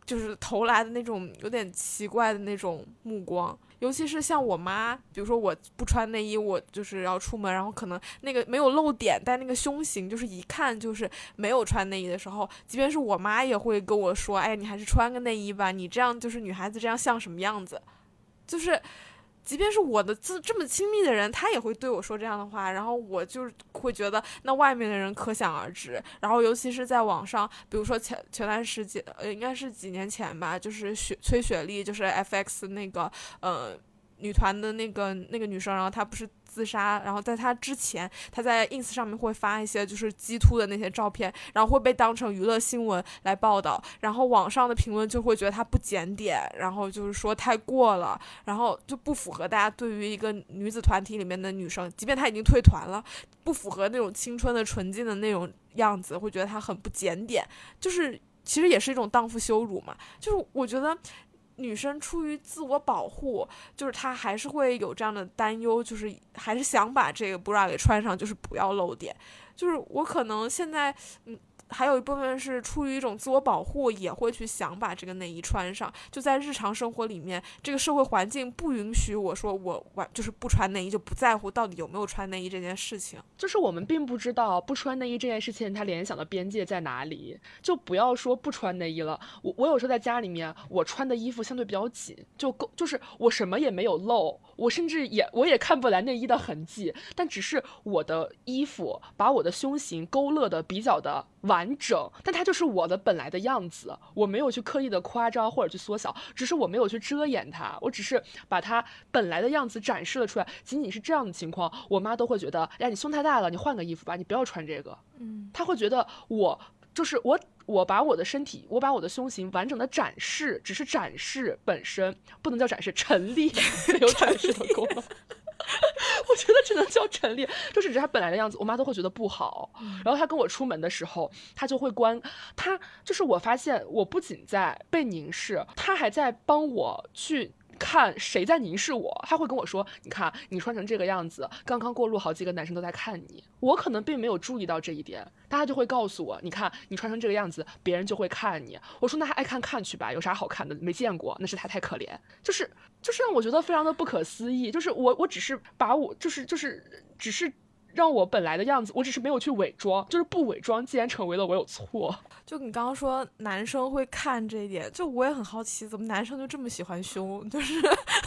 就是投来的那种有点奇怪的那种目光。尤其是像我妈，比如说我不穿内衣，我就是要出门，然后可能那个没有露点，但那个胸型就是一看就是没有穿内衣的时候，即便是我妈也会跟我说，哎，你还是穿个内衣吧，你这样就是女孩子这样像什么样子。就是即便是我的这这么亲密的人，他也会对我说这样的话，然后我就会觉得那外面的人可想而知。然后尤其是在网上，比如说前前段时间，呃，应该是几年前吧，就是雪崔雪莉，就是 F X 那个呃女团的那个那个女生，然后她不是自杀，然后在她之前，她在 ins 上面会发一些就是激突的那些照片，然后会被当成娱乐新闻来报道，然后网上的评论就会觉得她不检点，然后就是说太过了，然后就不符合大家对于一个女子团体里面的女生，即便她已经退团了，不符合那种青春的纯净的那种样子，会觉得她很不检点，就是其实也是一种荡妇羞辱嘛。就是我觉得女生出于自我保护，就是她还是会有这样的担忧，就是还是想把这个 bra 给穿上，就是不要露点。就是我可能现在嗯还有一部分是出于一种自我保护，也会去想把这个内衣穿上。就在日常生活里面，这个社会环境不允许我说我完就是不穿内衣，就不在乎到底有没有穿内衣这件事情。 就是我们并不知道不穿内衣这件事情它联想的边界在哪里，就不要说不穿内衣了。我我有时候在家里面，我穿的衣服相对比较紧，就够就是我什么也没有露，我甚至也我也看不来内衣的痕迹，但只是我的衣服把我的胸型勾勒的比较的完整，但它就是我的本来的样子，我没有去刻意的夸张或者去缩小，只是我没有去遮掩它，我只是把它本来的样子展示了出来。仅仅是这样的情况，我妈都会觉得，哎，你胸太大了，你换个衣服吧，你不要穿这个。嗯，她会觉得我就是我，我把我的身体，我把我的胸型完整的展示，只是展示本身，不能叫展示，陈列没有展示的功能。我觉得只能叫陈列，就只是他本来的样子，我妈都会觉得不好。然后他跟我出门的时候，他就会关他，就是我发现我不仅在被凝视，他还在帮我去看谁在凝视我。他会跟我说，你看你穿成这个样子，刚刚过路好几个男生都在看你。我可能并没有注意到这一点，大家就会告诉我，你看你穿成这个样子，别人就会看你。我说那还爱看看去吧，有啥好看的，没见过，那是他太可怜。就是就是让我觉得非常的不可思议，就是我我只是把我就是就是只是让我本来的样子，我只是没有去伪装，就是不伪装竟然成为了我有错。 就你刚刚说男生会看这一点，就我也很好奇，怎么男生就这么喜欢胸，就是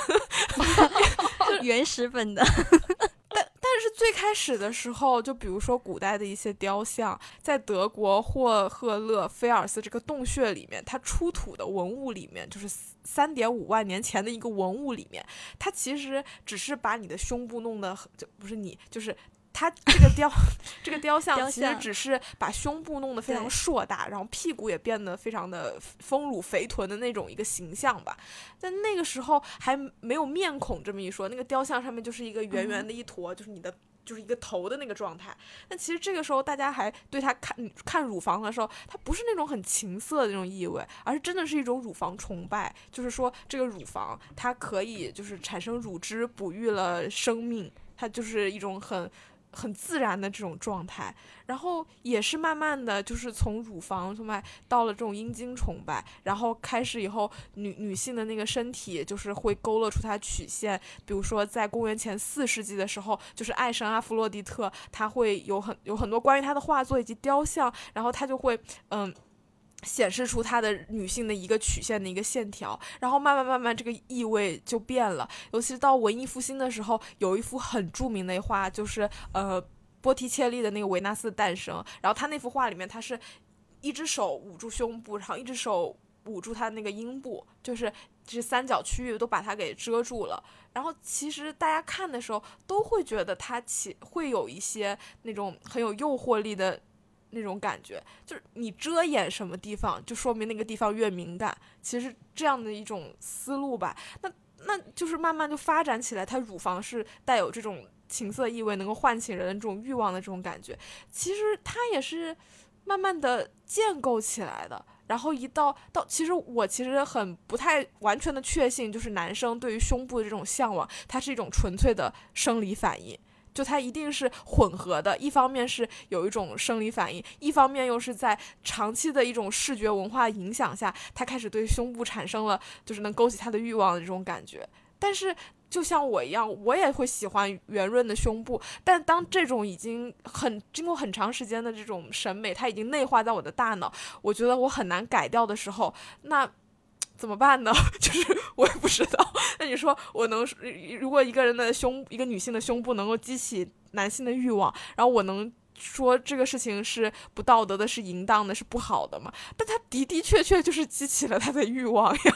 原始本的。 但但是最开始的时候，就比如说古代的一些雕像，在德国霍赫勒菲尔斯这个洞穴里面，它出土的文物里面，就是三点五万年前的一个文物里面，它其实只是把你的胸部弄得，就不是你，就是它这个雕这个雕像其实只是把胸部弄得非常硕大，然后屁股也变得非常的丰乳肥臀的那种一个形象吧。但那个时候还没有面孔这么一说，那个雕像上面就是一个圆圆的一坨，嗯、就是你的就是一个头的那个状态。那其实这个时候大家还对他看看乳房的时候，它不是那种很情色的那种意味，而是真的是一种乳房崇拜，就是说这个乳房它可以就是产生乳汁，哺育了生命，它就是一种很很自然的这种状态。然后也是慢慢的就是从乳房崇拜到了这种阴茎崇拜，然后开始以后女女性的那个身体就是会勾勒出它曲线。比如说在公元前四世纪的时候，就是爱神阿弗洛狄特，他会有很有很多关于他的画作以及雕像，然后他就会嗯显示出她的女性的一个曲线的一个线条，然后慢慢慢慢这个意味就变了。尤其是到文艺复兴的时候，有一幅很著名的画，就是呃波提切利的那个维纳斯的诞生。然后他那幅画里面，他是一只手捂住胸部，然后一只手捂住他那个阴部，就是这三角区域都把它给遮住了。然后其实大家看的时候都会觉得它起会有一些那种很有诱惑力的那种感觉，就是你遮掩什么地方，就说明那个地方越敏感。其实这样的一种思路吧，那那就是慢慢就发展起来，它乳房是带有这种情色意味，能够唤起人的这种欲望的这种感觉。其实它也是慢慢的建构起来的。然后一到到，其实我其实很不太完全的确信，就是男生对于胸部的这种向往，它是一种纯粹的生理反应。 就它一定是混合的，一方面是有一种生理反应，一方面又是在长期的一种视觉文化影响下，他开始对胸部产生了就是能勾起他的欲望的这种感觉。但是就像我一样，我也会喜欢圆润的胸部，但当这种已经很经过很长时间的这种审美，它已经内化在我的大脑，我觉得我很难改掉的时候，那怎么办呢？就是我也不知道。那你说我能，如果一个人的胸，一个女性的胸部能够激起男性的欲望，然后我能说这个事情是不道德的，是淫荡的，是不好的嘛？但他的的确确就是激起了他的欲望呀。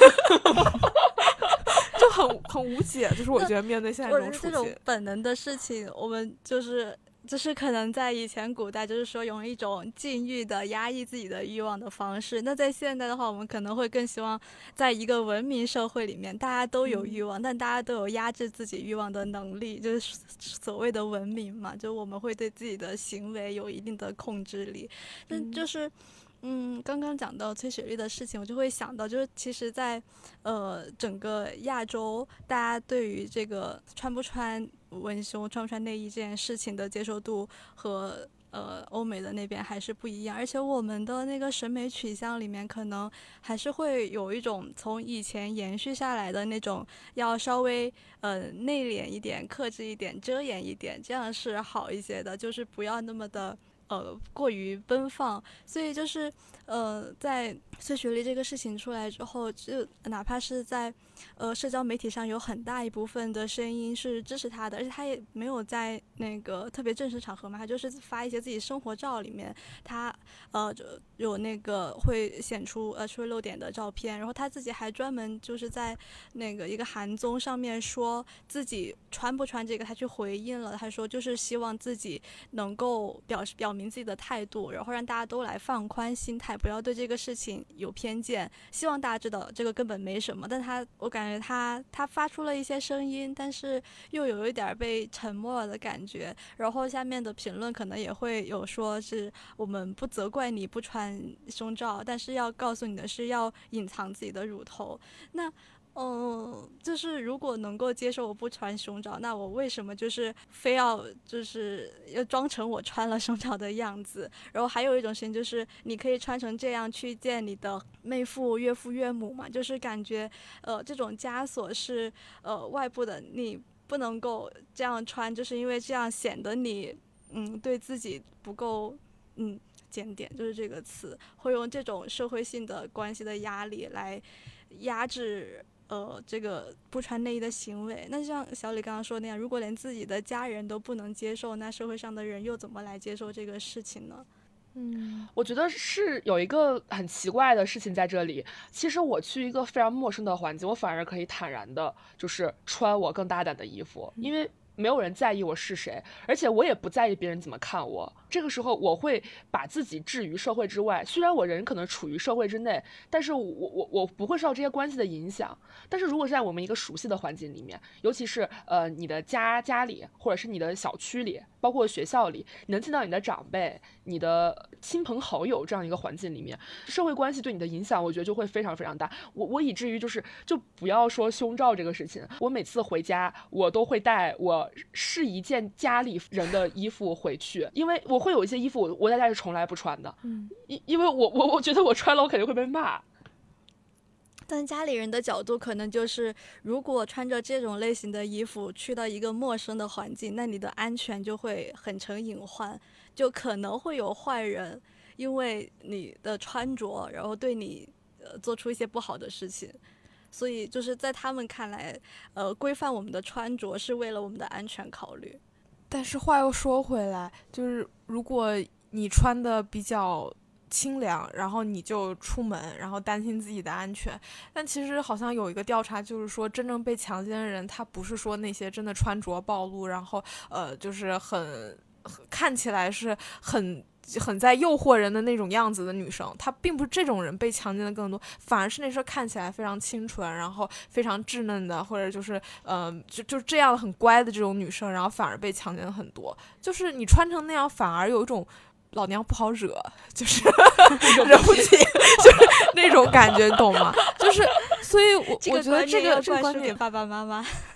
就很很无解，就是我觉得面对现在这种处境， 这种本能的事情，我们就是就是可能在以前古代就是说用一种禁欲的压抑自己的欲望的方式，那在现代的话，我们可能会更希望在一个文明社会里面，大家都有欲望，嗯、但大家都有压制自己欲望的能力，就是所谓的文明嘛，就我们会对自己的行为有一定的控制力，但就是。嗯，刚刚讲到崔雪莉的事情，我就会想到，就是其实在，呃，整个亚洲，大家对于这个穿不穿文胸、穿不穿内衣这件事情的接受度和呃欧美的那边还是不一样，而且我们的那个审美取向里面，可能还是会有一种从以前延续下来的那种，要稍微呃内敛一点、克制一点、遮掩一点，这样是好一些的，就是不要那么的。呃，过于奔放，所以就是呃，在崔雪莉这个事情出来之后，就哪怕是在呃社交媒体上有很大一部分的声音是支持他的，而且他也没有在那个特别正式场合嘛，他就是发一些自己生活照里面，他呃有那个会显出呃出露点的照片，然后他自己还专门就是在那个一个韩综上面说自己穿不穿这个，他去回应了，他说就是希望自己能够表示表明自己的态度，然后让大家都来放宽心态，不要对这个事情有偏见，希望大家知道这个根本没什么。但他我感觉他他发出了一些声音，但是又有一点被沉默了的感觉，然后下面的评论可能也会有说是我们不责怪你不穿胸罩，但是要告诉你的是要隐藏自己的乳头。那嗯，就是如果能够接受我不穿胸罩，那我为什么就是非要就是要装成我穿了胸罩的样子？然后还有一种事情就是，你可以穿成这样去见你的妹夫、岳父、岳母嘛？就是感觉呃这种枷锁是呃外部的，你不能够这样穿，就是因为这样显得你嗯对自己不够嗯检点，就是这个词，会用这种社会性的关系的压力来压制。呃，这个不穿内衣的行为，那像小李刚刚说那样，如果连自己的家人都不能接受，那社会上的人又怎么来接受这个事情呢？ 嗯，我觉得是有一个很奇怪的事情在这里。其实我去一个非常陌生的环境，我反而可以坦然的，就是穿我更大胆的衣服，因为没有人在意我是谁，而且我也不在意别人怎么看我。这个时候我会把自己置于社会之外，虽然我人可能处于社会之内，但是我我我不会受到这些关系的影响。但是如果是在我们一个熟悉的环境里面，尤其是呃你的家家里，或者是你的小区里，包括学校里，你能见到你的长辈、你的亲朋好友这样一个环境里面，社会关系对你的影响，我觉得就会非常非常大。我我以至于就是就不要说胸罩这个事情，我每次回家我都会带我试一件家里人的衣服回去，因为我会有一些衣服我我在家是从来不穿的，嗯，因因为我我我觉得我穿了我肯定会被骂。 但家里人的角度可能就是，如果穿着这种类型的衣服去到一个陌生的环境，那你的安全就会很成隐患，就可能会有坏人因为你的穿着，然后对你呃做出一些不好的事情。所以就是在他们看来，呃，规范我们的穿着是为了我们的安全考虑。 但是话又说回来，就是如果你穿的比较清凉，然后你就出门，然后担心自己的安全。但其实好像有一个调查，就是说真正被强奸的人，他不是说那些真的穿着暴露，然后呃，就是很看起来是很很在诱惑人的那种样子的女生，她并不是这种人被强奸的更多，反而是那时候看起来非常清纯，然后非常稚嫩的，或者就是呃就就这样很乖的这种女生，然后反而被强奸很多。就是你穿成那样，反而有一种老娘不好惹，就是惹不起，就是那种感觉，懂吗？就是所以我，我觉得这个这个观点给爸爸妈妈。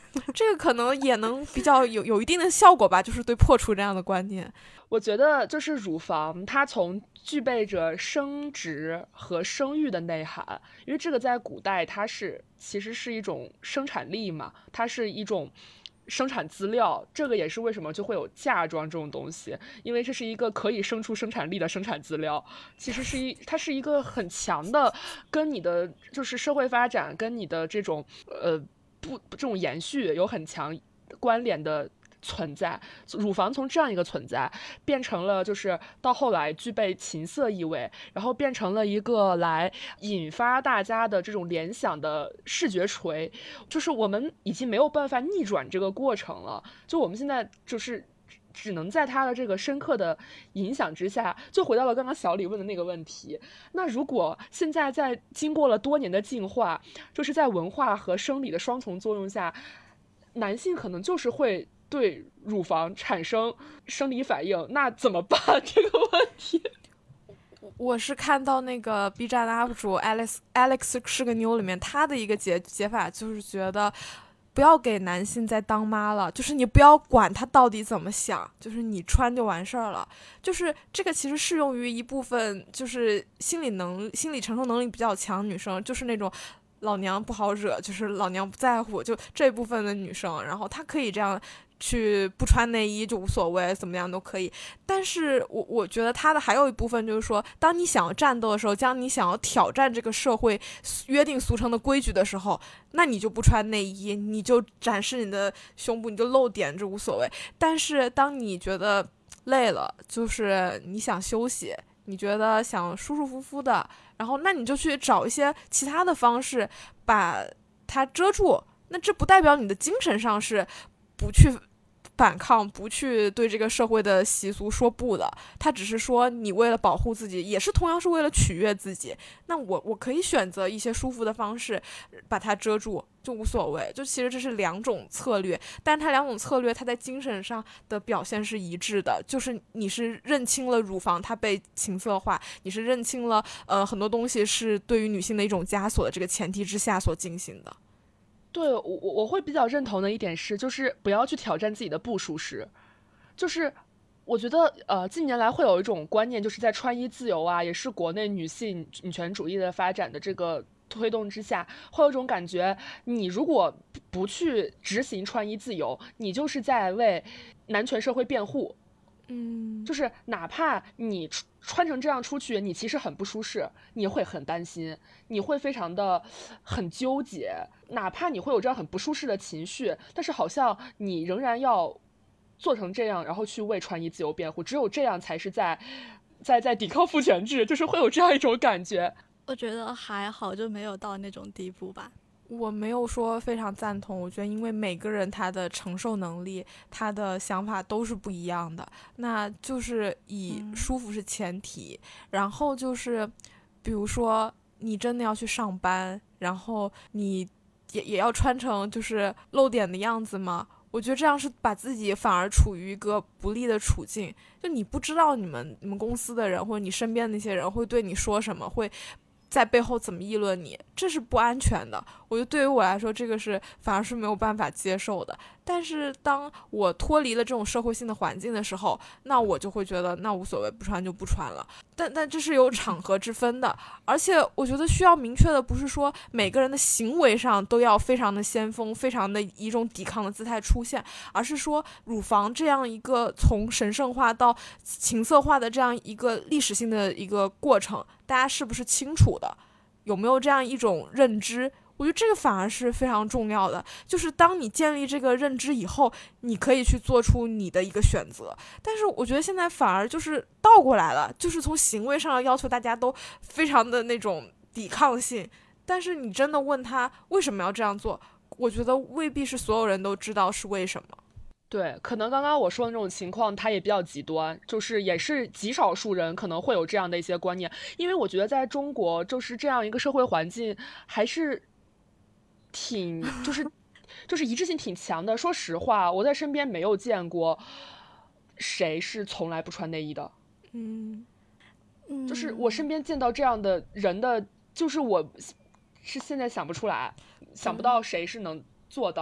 这个可能也能比较有有一定的效果吧，就是对破除这样的观念。 我觉得就是乳房它从具备着生殖和生育的内涵，因为这个在古代它是其实是一种生产力嘛，它是一种生产资料，这个也是为什么就会有嫁妆这种东西，因为这是一个可以生出生产力的生产资料，其实是一它是一个很强的跟你的就是社会发展跟你的这种呃不这种延续有很强关联的存在。乳房从这样一个存在变成了就是到后来具备情色意味，然后变成了一个来引发大家的这种联想的视觉锤，就是我们已经没有办法逆转这个过程了，就我们现在就是只能在它的这个深刻的影响之下，就回到了刚刚小李问的那个问题，那如果现在在经过了多年的进化，就是在文化和生理的双重作用下，男性可能就是会对乳房产生生理反应，那怎么办这个问题？ 我是看到那个 B 站的 U P 主 Alex Alex 是个妞里面，他的一个解解法就是觉得不要给男性再当妈了，就是你不要管他到底怎么想，就是你穿就完事儿了。就是这个其实适用于一部分就是心理能心理承受能力比较强女生，就是那种老娘不好惹，就是老娘不在乎，就这部分的女生，然后她可以这样去不穿内衣就无所谓，怎么样都可以。但是我我觉得他的还有一部分就是说，当你想要战斗的时候，当你想要挑战这个社会约定俗成的规矩的时候，那你就不穿内衣，你就展示你的胸部，你就露点，这无所谓。但是当你觉得累了，就是你想休息，你觉得想舒舒服服的，然后那你就去找一些其他的方式把它遮住。那这不代表你的精神上是不去反抗，不去对这个社会的习俗说不的，他只是说你为了保护自己，也是同样是为了取悦自己，那我我可以选择一些舒服的方式把它遮住，就无所谓。就其实这是两种策略，但是它两种策略它在精神上的表现是一致的，就是你是认清了乳房它被情色化，你是认清了呃很多东西是对于女性的一种枷锁的这个前提之下所进行的。 对，我我会比较认同的一点是，就是不要去挑战自己的不舒适。就是我觉得，呃，近年来会有一种观念，就是在穿衣自由啊，也是国内女性女权主义的发展的这个推动之下，会有一种感觉，你如果不去执行穿衣自由，你就是在为男权社会辩护。 嗯， 就是哪怕你穿成这样出去，你其实很不舒适，你会很担心，你会非常的很纠结，哪怕你会有这样很不舒适的情绪，但是好像你仍然要做成这样，然后去为穿衣自由辩护，只有这样才是在在在抵抗父权制，就是会有这样一种感觉。 我觉得还好，就没有到那种地步吧。 我没有说非常赞同，我觉得因为每个人他的承受能力他的想法都是不一样的，那就是以舒服是前提、嗯、然后就是比如说你真的要去上班，然后你也也要穿成就是露点的样子吗？我觉得这样是把自己反而处于一个不利的处境，就你不知道你们你们公司的人或者你身边那些人会对你说什么，会在背后怎么议论你，这是不安全的。我觉得对于我来说，这个是反而是没有办法接受的。但是当我脱离了这种社会性的环境的时候，那我就会觉得那无所谓，不穿就不穿了。但但这是有场合之分的，而且我觉得需要明确的不是说每个人的行为上都要非常的先锋，非常的一种抵抗的姿态出现，而是说乳房这样一个从神圣化到情色化的这样一个历史性的一个过程，大家是不是清楚的，有没有这样一种认知，我觉得这个反而是非常重要的。就是当你建立这个认知以后，你可以去做出你的一个选择。但是我觉得现在反而就是倒过来了，就是从行为上要求大家都非常的那种抵抗性，但是你真的问他为什么要这样做，我觉得未必是所有人都知道是为什么。 对，可能刚刚我说的那种情况它也比较极端，就是也是极少数人可能会有这样的一些观念。因为我觉得在中国就是这样一个社会环境还是挺就是就是一致性挺强的。说实话，我在身边没有见过谁是从来不穿内衣的。 嗯， 就是我身边见到这样的人的，就是我是现在想不出来，想不到谁是能做到。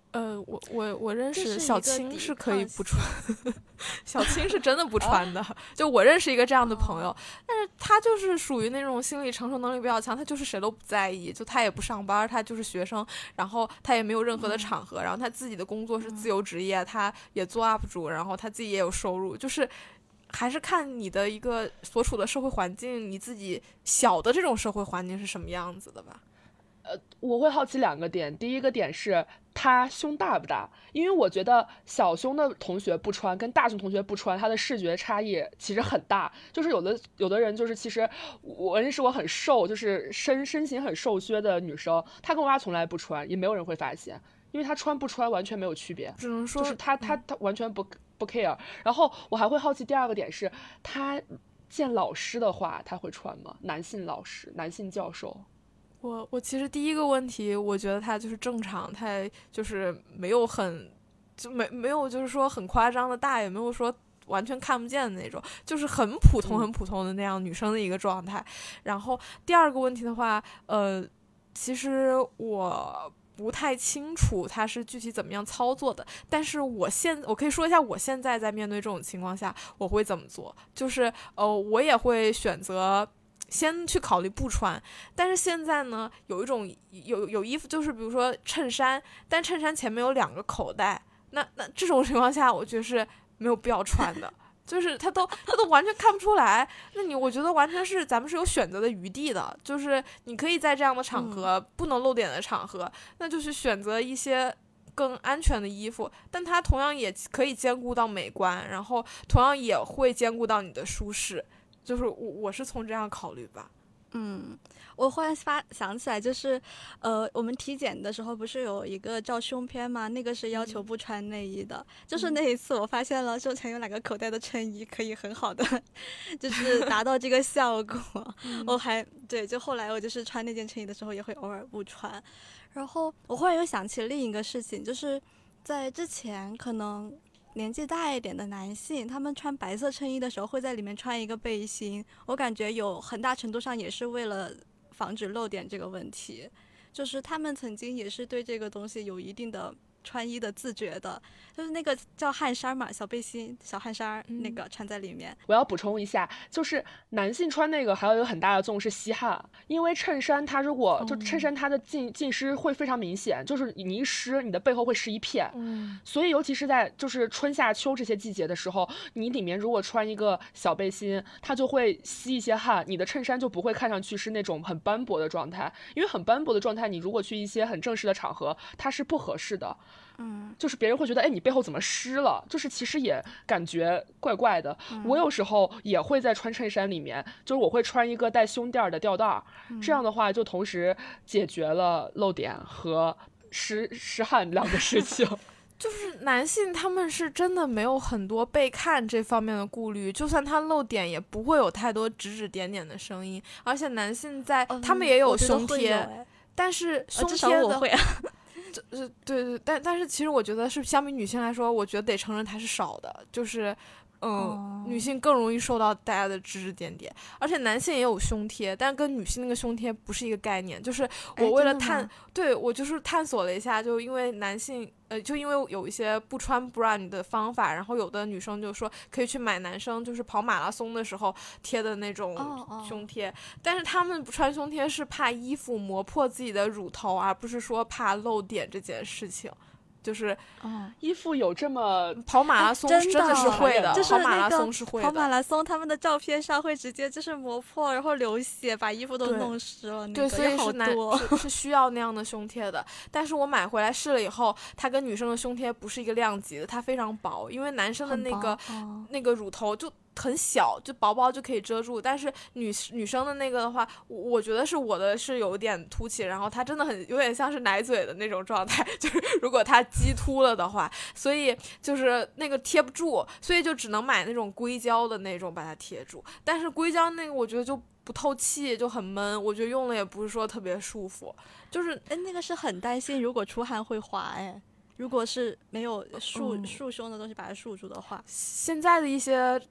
呃，我我我认这是一识小个抵青是可以抗不穿，小青是真的不穿的。就我认识一个这样的朋友，但是他就是属于那种心理承受能力比较强，他就是谁都不在意，就他也不上班，他就是学生，然后他也没有任何的场合，然后他自己的工作是自由职业，他也做 U P 主，然后他自己也有收入，就是还是看你的一个所处的社会环境，你自己小的这种社会环境是什么样子的吧。 呃，我会好奇两个点，第一个点是他胸大不大，因为我觉得小胸的同学不穿跟大胸同学不穿，他的视觉差异其实很大。就是有的有的人就是其实我认识我很瘦，就是身身形很瘦削的女生，她跟我妈从来不穿，也没有人会发现，因为她穿不穿完全没有区别， 只能说就是她她她完全不不 care。然后我还会好奇第二个点是，她见老师的话，她会穿吗？男性老师，男性教授。 我我其实第一个问题，我觉得他就是正常，他就是没有很就没没有就是说很夸张的大，也没有说完全看不见的那种，就是很普通很普通的那样女生的一个状态。然后第二个问题的话，呃，其实我不太清楚他是具体怎么样操作的，但是我现我可以说一下我现在在面对这种情况下我会怎么做，就是呃我也会选择先去考虑不穿，但是现在呢，有一种有有衣服就是比如说衬衫，但衬衫前面有两个口袋，那那这种情况下，我觉得是没有必要穿的，就是它都它都完全看不出来。那你我觉得完全是咱们是有选择的余地的，就是你可以在这样的场合，嗯、不能露点的场合，那就是选择一些更安全的衣服，但它同样也可以兼顾到美观，然后同样也会兼顾到你的舒适。就是我我是从这样考虑吧。 嗯，我忽然发想起来，就是呃，我们体检的时候不是有一个照胸片吗？那个是要求不穿内衣的。嗯、就是那一次我发现了胸前有两个口袋的衬衣可以很好的，就是达到这个效果。嗯、我还对，就后来我就是穿那件衬衣的时候也会偶尔不穿。然后我忽然又想起另一个事情，就是在之前可能年纪大一点的男性，他们穿白色衬衣的时候会在里面穿一个背心，我感觉有很大程度上也是为了防止漏点这个问题，就是他们曾经也是对这个东西有一定的穿衣的自觉的，就是那个叫汗衫嘛，小背心小汗衫那个穿在里面、嗯、 我要补充一下，就是男性穿那个还有一个很大的作用是吸汗，因为衬衫它如果就衬衫它的浸浸湿会非常明显，就是你一湿你的背后会湿一片、嗯、所以尤其是在就是春夏秋这些季节的时候，你里面如果穿一个小背心，它就会吸一些汗，你的衬衫就不会看上去是那种很斑驳的状态，因为很斑驳的状态你如果去一些很正式的场合它是不合适的，嗯，就是别人会觉得，哎，你背后怎么湿了？就是其实也感觉怪怪的。嗯、我有时候也会在穿衬衫里面，就是我会穿一个带胸垫的吊带、嗯，这样的话就同时解决了漏点和湿湿汗两个事情。 就是男性他们是真的没有很多被看这方面的顾虑，就算他漏点也不会有太多指指点点的声音，而且男性在、嗯、他们也有胸贴，但是胸贴的。 会啊对对对，但但是其实我觉得是相比女性来说，我觉得得承认它是少的，就是嗯、呃 oh. 女性更容易受到大家的指指点点，而且男性也有胸贴，但跟女性那个胸贴不是一个概念，就是我为了探对我就是探索了一下，就因为男性呃就因为有一些不穿 bra 的方法，然后有的女生就说可以去买男生就是跑马拉松的时候贴的那种胸贴、oh, oh. 但是他们不穿胸贴是怕衣服磨破自己的乳头，而不是说怕漏点这件事情。就是、 哦、衣服有这么跑马拉松真的是会的， 就是跑马拉松是会的， 跑马拉松他们的照片上会直接就是磨破，然后流血，把衣服都弄湿了。 对， 那个、 所以好多是, 是需要那样的胸贴的。但是我买回来试了以后，它跟女生的胸贴不是一个量级的，它非常薄，因为男生的那个、哦、那个乳头就很小，就薄薄就可以遮住，但是女女生的那个的话，我觉得是我的是有点凸起，然后它真的很有点像是奶嘴的那种状态，就是如果它激凸了的话，所以就是那个贴不住，所以就只能买那种硅胶的那种把它贴住，但是硅胶那个我觉得就不透气，就很闷，我觉得用了也不是说特别舒服，就是哎，那个是很担心如果出汗会滑哎。如果是没有束束胸的东西把它束住的话， 现在的一些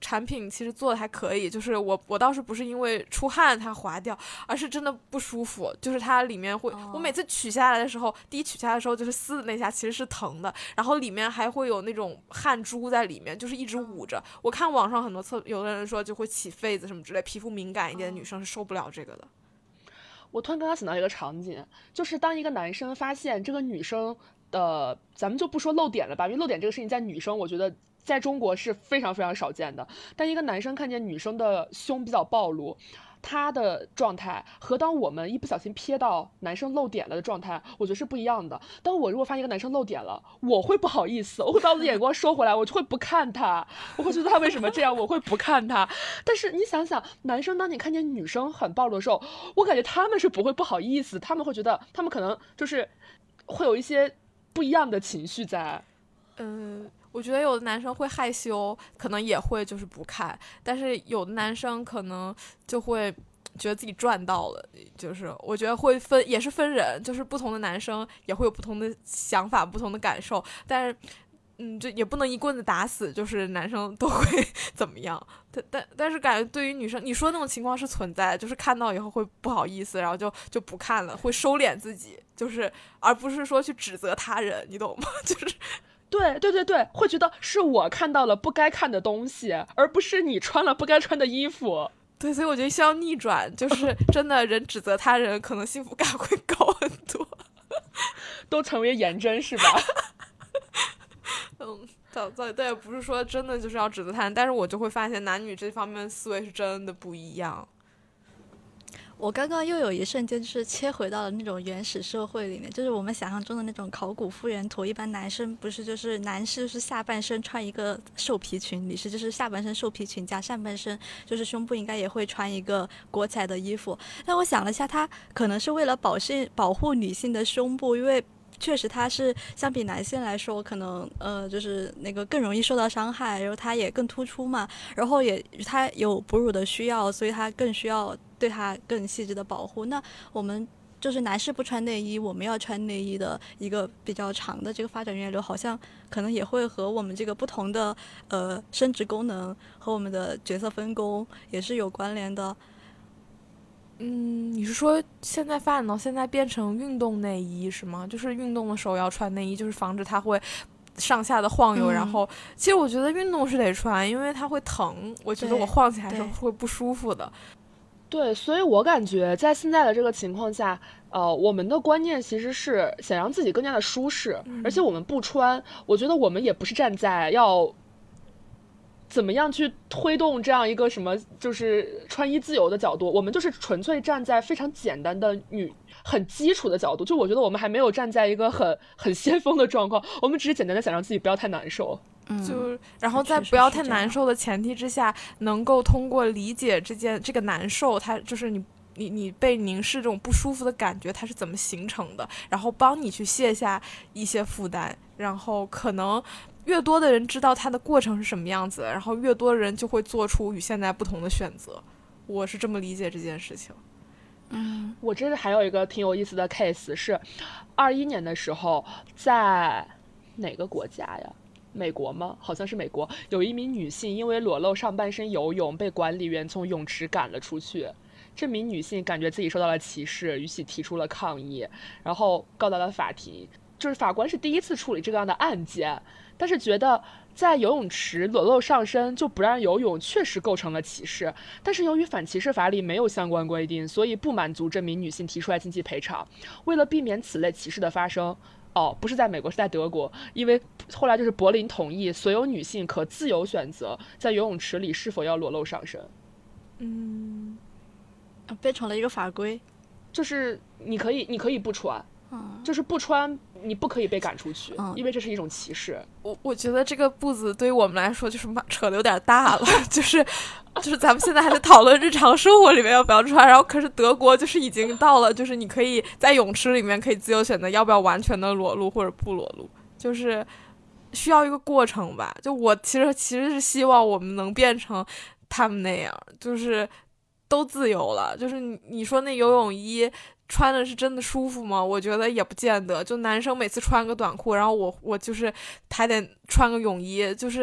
产品其实做的还可以，就是我我倒是不是因为出汗它滑掉，而是真的不舒服，就是它里面会、哦、我每次取下来的时候，第一取下来的时候就是撕的那下其实是疼的，然后里面还会有那种汗珠在里面，就是一直捂着。我看网上很多测，有的人说就会起痱子什么之类，皮肤敏感一点的女生是受不了这个的。 我突然刚刚想到一个场景，就是当一个男生发现这个女生的，咱们就不说露点了吧，因为露点这个事情在女生我觉得在中国是非常非常少见的，但一个男生看见女生的胸比较暴露，他的状态和当我们一不小心瞥到男生露点了的状态，我觉得是不一样的。当我如果发现一个男生露点了，我会不好意思，我会把我的眼光收回来，我就会不看他，我会觉得他为什么这样，我会不看他。但是你想想，男生当你看见女生很暴露的时候，我感觉他们是不会不好意思，他们会觉得他们可能就是会有一些不一样的情绪在。 嗯，我觉得有的男生会害羞，可能也会就是不看，但是有的男生可能就会觉得自己赚到了，就是我觉得会分，也是分人，就是不同的男生也会有不同的想法，不同的感受，但是嗯，就也不能一棍子打死，就是男生都会怎么样。但但但是感觉对于女生，你说那种情况是存在，就是看到以后会不好意思，然后就就不看了，会收敛自己，就是而不是说去指责他人，你懂吗？就是。 对对对对，会觉得是我看到了不该看的东西，而不是你穿了不该穿的衣服。 对，所以我觉得需要逆转，就是真的人指责他人，可能幸福感会高很多， 都成为颜真是吧？ 嗯，倒倒倒也不是说真的就是要指责他人，但是我就会发现男女这方面思维是真的不一样。 我刚刚又有一瞬间就是切回到了那种原始社会里面，就是我们想象中的那种考古复原图，一般男生不是就是男士就是下半身穿一个兽皮裙，女士就是下半身兽皮裙加上半身就是胸部应该也会穿一个裹起来的衣服。但我想了一下，他可能是为了保性保护女性的胸部，因为确实它是相比男性来说可能呃就是那个更容易受到伤害，然后它也更突出嘛，然后也它有哺乳的需要，所以它更需要对它更细致的保护。那我们就是男士不穿内衣，我们要穿内衣的一个比较长的这个发展源流，好像可能也会和我们这个不同的呃生殖功能和我们的角色分工也是有关联的。 嗯，你是说现在发展到现在变成运动内衣是吗？就是运动的时候要穿内衣，就是防止它会上下的晃悠、嗯、然后其实我觉得运动是得穿，因为它会疼，我觉得我晃起来是会不舒服的。 对，所以我感觉在现在的这个情况下呃，我们的观念其实是想让自己更加的舒适、嗯、而且我们不穿，我觉得我们也不是站在要怎么样去推动这样一个什么就是穿衣自由的角度，我们就是纯粹站在非常简单的女很基础的角度，就我觉得我们还没有站在一个很很先锋的状况，我们只是简单的想让自己不要太难受， 嗯，就然后在不要太难受的前提之下，能够通过理解这件这个难受，它就是你你你被凝视这种不舒服的感觉它是怎么形成的，然后帮你去卸下一些负担，然后可能越多的人知道它的过程是什么样子，然后越多人就会做出与现在不同的选择，我是这么理解这件事情。 嗯，我这还有一个挺有意思的 case 是二一年的时候，在哪个国家呀？美国吗？好像是美国，有一名女性因为裸露上半身游泳被管理员从泳池赶了出去，这名女性感觉自己受到了歧视，于是提出了抗议，然后告到了法庭，就是法官是第一次处理这样的案件，但是觉得在游泳池裸露上身就不让游泳确实构成了歧视，但是由于反歧视法里没有相关规定，所以不满足这名女性提出来经济赔偿。为了避免此类歧视的发生，哦，不是在美国，是在德国，因为后来就是柏林同意所有女性可自由选择在游泳池里是否要裸露上身。 嗯，变成了一个法规， 就是你可以你可以不穿，嗯，就是不穿你不可以被赶出去，嗯，因为这是一种歧视。 我我觉得这个步子对于我们来说就是扯得有点大了，就是就是咱们现在还在讨论日常生活里面要不要穿，然后可是德国就是已经到了，就是你可以在泳池里面可以自由选择要不要完全的裸露或者不裸露，就是需要一个过程吧。就我其实其实是希望我们能变成他们那样，就是都自由了。就是你你说那游泳衣穿的是真的舒服吗？我觉得也不见得。就男生每次穿个短裤，然后我我就是还得穿个泳衣，就是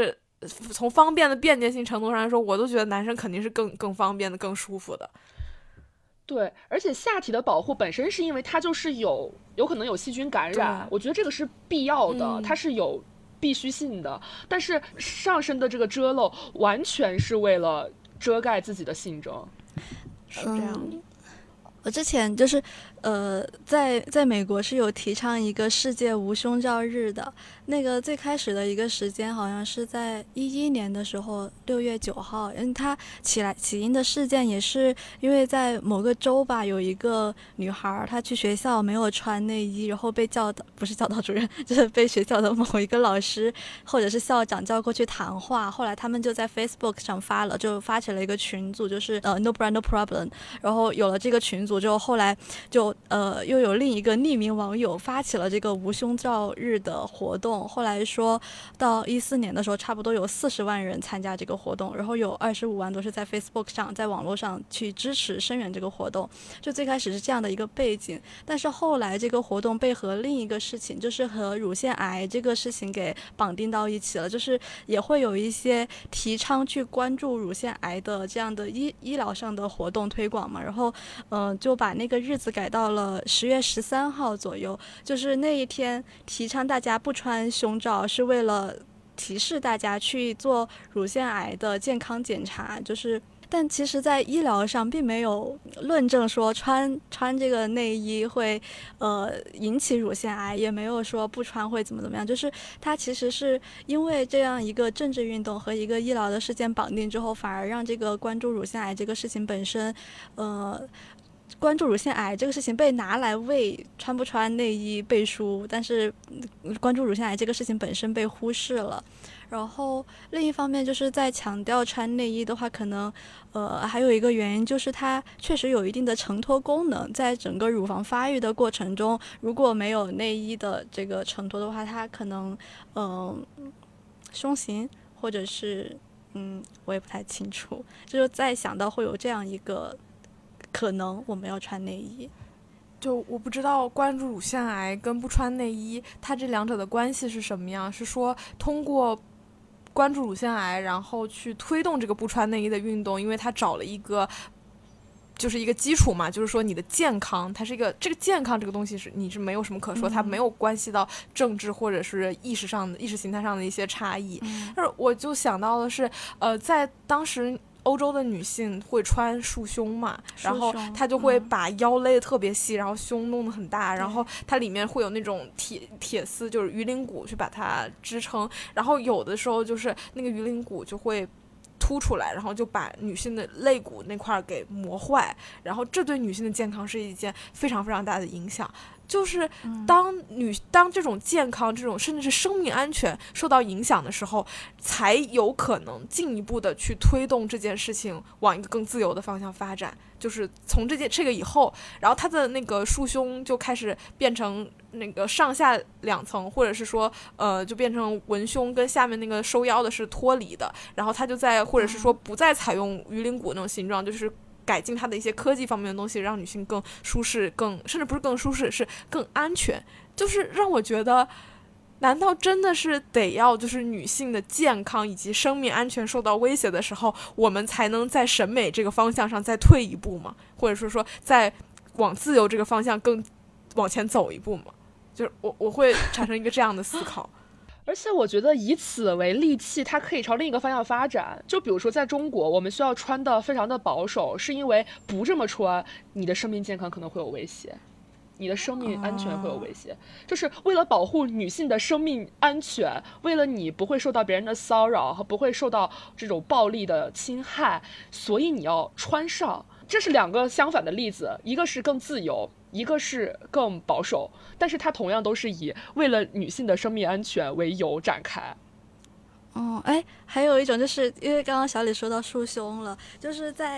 从方便的便捷性程度上来说，我都觉得男生肯定是更更方便的、更舒服的。 对，而且下体的保护本身是因为它就是有有可能有细菌感染，我觉得这个是必要的，嗯、它是有必须性的。但是上身的这个遮露完全是为了遮盖自己的性征， 是这样的。 嗯，我之前就是呃，在在美国是有提倡一个世界无胸罩日的，那个最开始的一个时间好像是在一一年的时候六月九号，因为它起来起因的事件也是因为在某个州吧，有一个女孩她去学校没有穿内衣，然后被教导不是教导主任，就是被学校的某一个老师或者是校长叫过去谈话，后来他们就在 Facebook 上发了，就发起了一个群组，就是呃 No Bra No Problem， 然后有了这个群组之后，后来就呃，又有另一个匿名网友发起了这个无胸罩日的活动。后来说到一四年的时候，差不多有四十万人参加这个活动，然后有二十五万都是在 Facebook 上，在网络上去支持声援这个活动。就最开始是这样的一个背景，但是后来这个活动被和另一个事情，就是和乳腺癌这个事情给绑定到一起了，就是也会有一些提倡去关注乳腺癌的这样的医医疗上的活动推广嘛，然后嗯、呃，就把那个日子改到了十月十三号左右，就是那一天提倡大家不穿胸罩，是为了提示大家去做乳腺癌的健康检查，就是但其实在医疗上并没有论证说穿穿这个内衣会呃引起乳腺癌，也没有说不穿会怎么怎么样，就是它其实是因为这样一个政治运动和一个医疗的事件绑定之后，反而让这个关注乳腺癌这个事情本身呃关注乳腺癌这个事情被拿来为穿不穿内衣背书，但是关注乳腺癌这个事情本身被忽视了。然后另一方面就是在强调穿内衣的话，可能呃还有一个原因就是它确实有一定的承托功能，在整个乳房发育的过程中，如果没有内衣的这个承托的话，它可能嗯、呃、胸型或者是嗯我也不太清楚，就是在想到会有这样一个可能我们要穿内衣。 就我不知道关注乳腺癌跟不穿内衣它这两者的关系是什么样，是说通过关注乳腺癌然后去推动这个不穿内衣的运动，因为它找了一个就是一个基础嘛，就是说你的健康，它是一个这个健康这个东西是你是没有什么可说、嗯、它没有关系到政治或者是意识上的意识形态上的一些差异、嗯、但是我就想到的是呃，在当时欧洲的女性会穿束胸嘛，然后她就会把腰勒得特别细、嗯、然后胸弄得很大，然后它里面会有那种铁铁丝，就是鱼鳞骨去把它支撑，然后有的时候就是那个鱼鳞骨就会凸出来，然后就把女性的肋骨那块给磨坏，然后这对女性的健康是一件非常非常大的影响。就是当女当这种健康这种甚至是生命安全受到影响的时候，才有可能进一步的去推动这件事情往一个更自由的方向发展。就是从这件这个以后，然后它的那个束胸就开始变成那个上下两层，或者是说呃就变成文胸跟下面那个收腰的是脱离的，然后它就在或者是说不再采用鱼鳞骨那种形状，就是改进它的一些科技方面的东西，让女性更舒适，更甚至不是更舒适，是更安全。就是让我觉得，难道真的是得要就是女性的健康以及生命安全受到威胁的时候，我们才能在审美这个方向上再退一步吗？或者说说在往自由这个方向更往前走一步吗？就是我我会产生一个这样的思考。 而且我觉得以此为利器，它可以朝另一个方向发展。就比如说在中国，我们需要穿的非常的保守，是因为不这么穿，你的生命健康可能会有威胁，你的生命安全会有威胁、哦、就是为了保护女性的生命安全，为了你不会受到别人的骚扰和不会受到这种暴力的侵害，所以你要穿上。这是两个相反的例子，一个是更自由，一个是更保守，但是它同样都是以为了女性的生命安全为由展开。 哦，哎，还有一种就是因为刚刚小李说到束胸了，就是在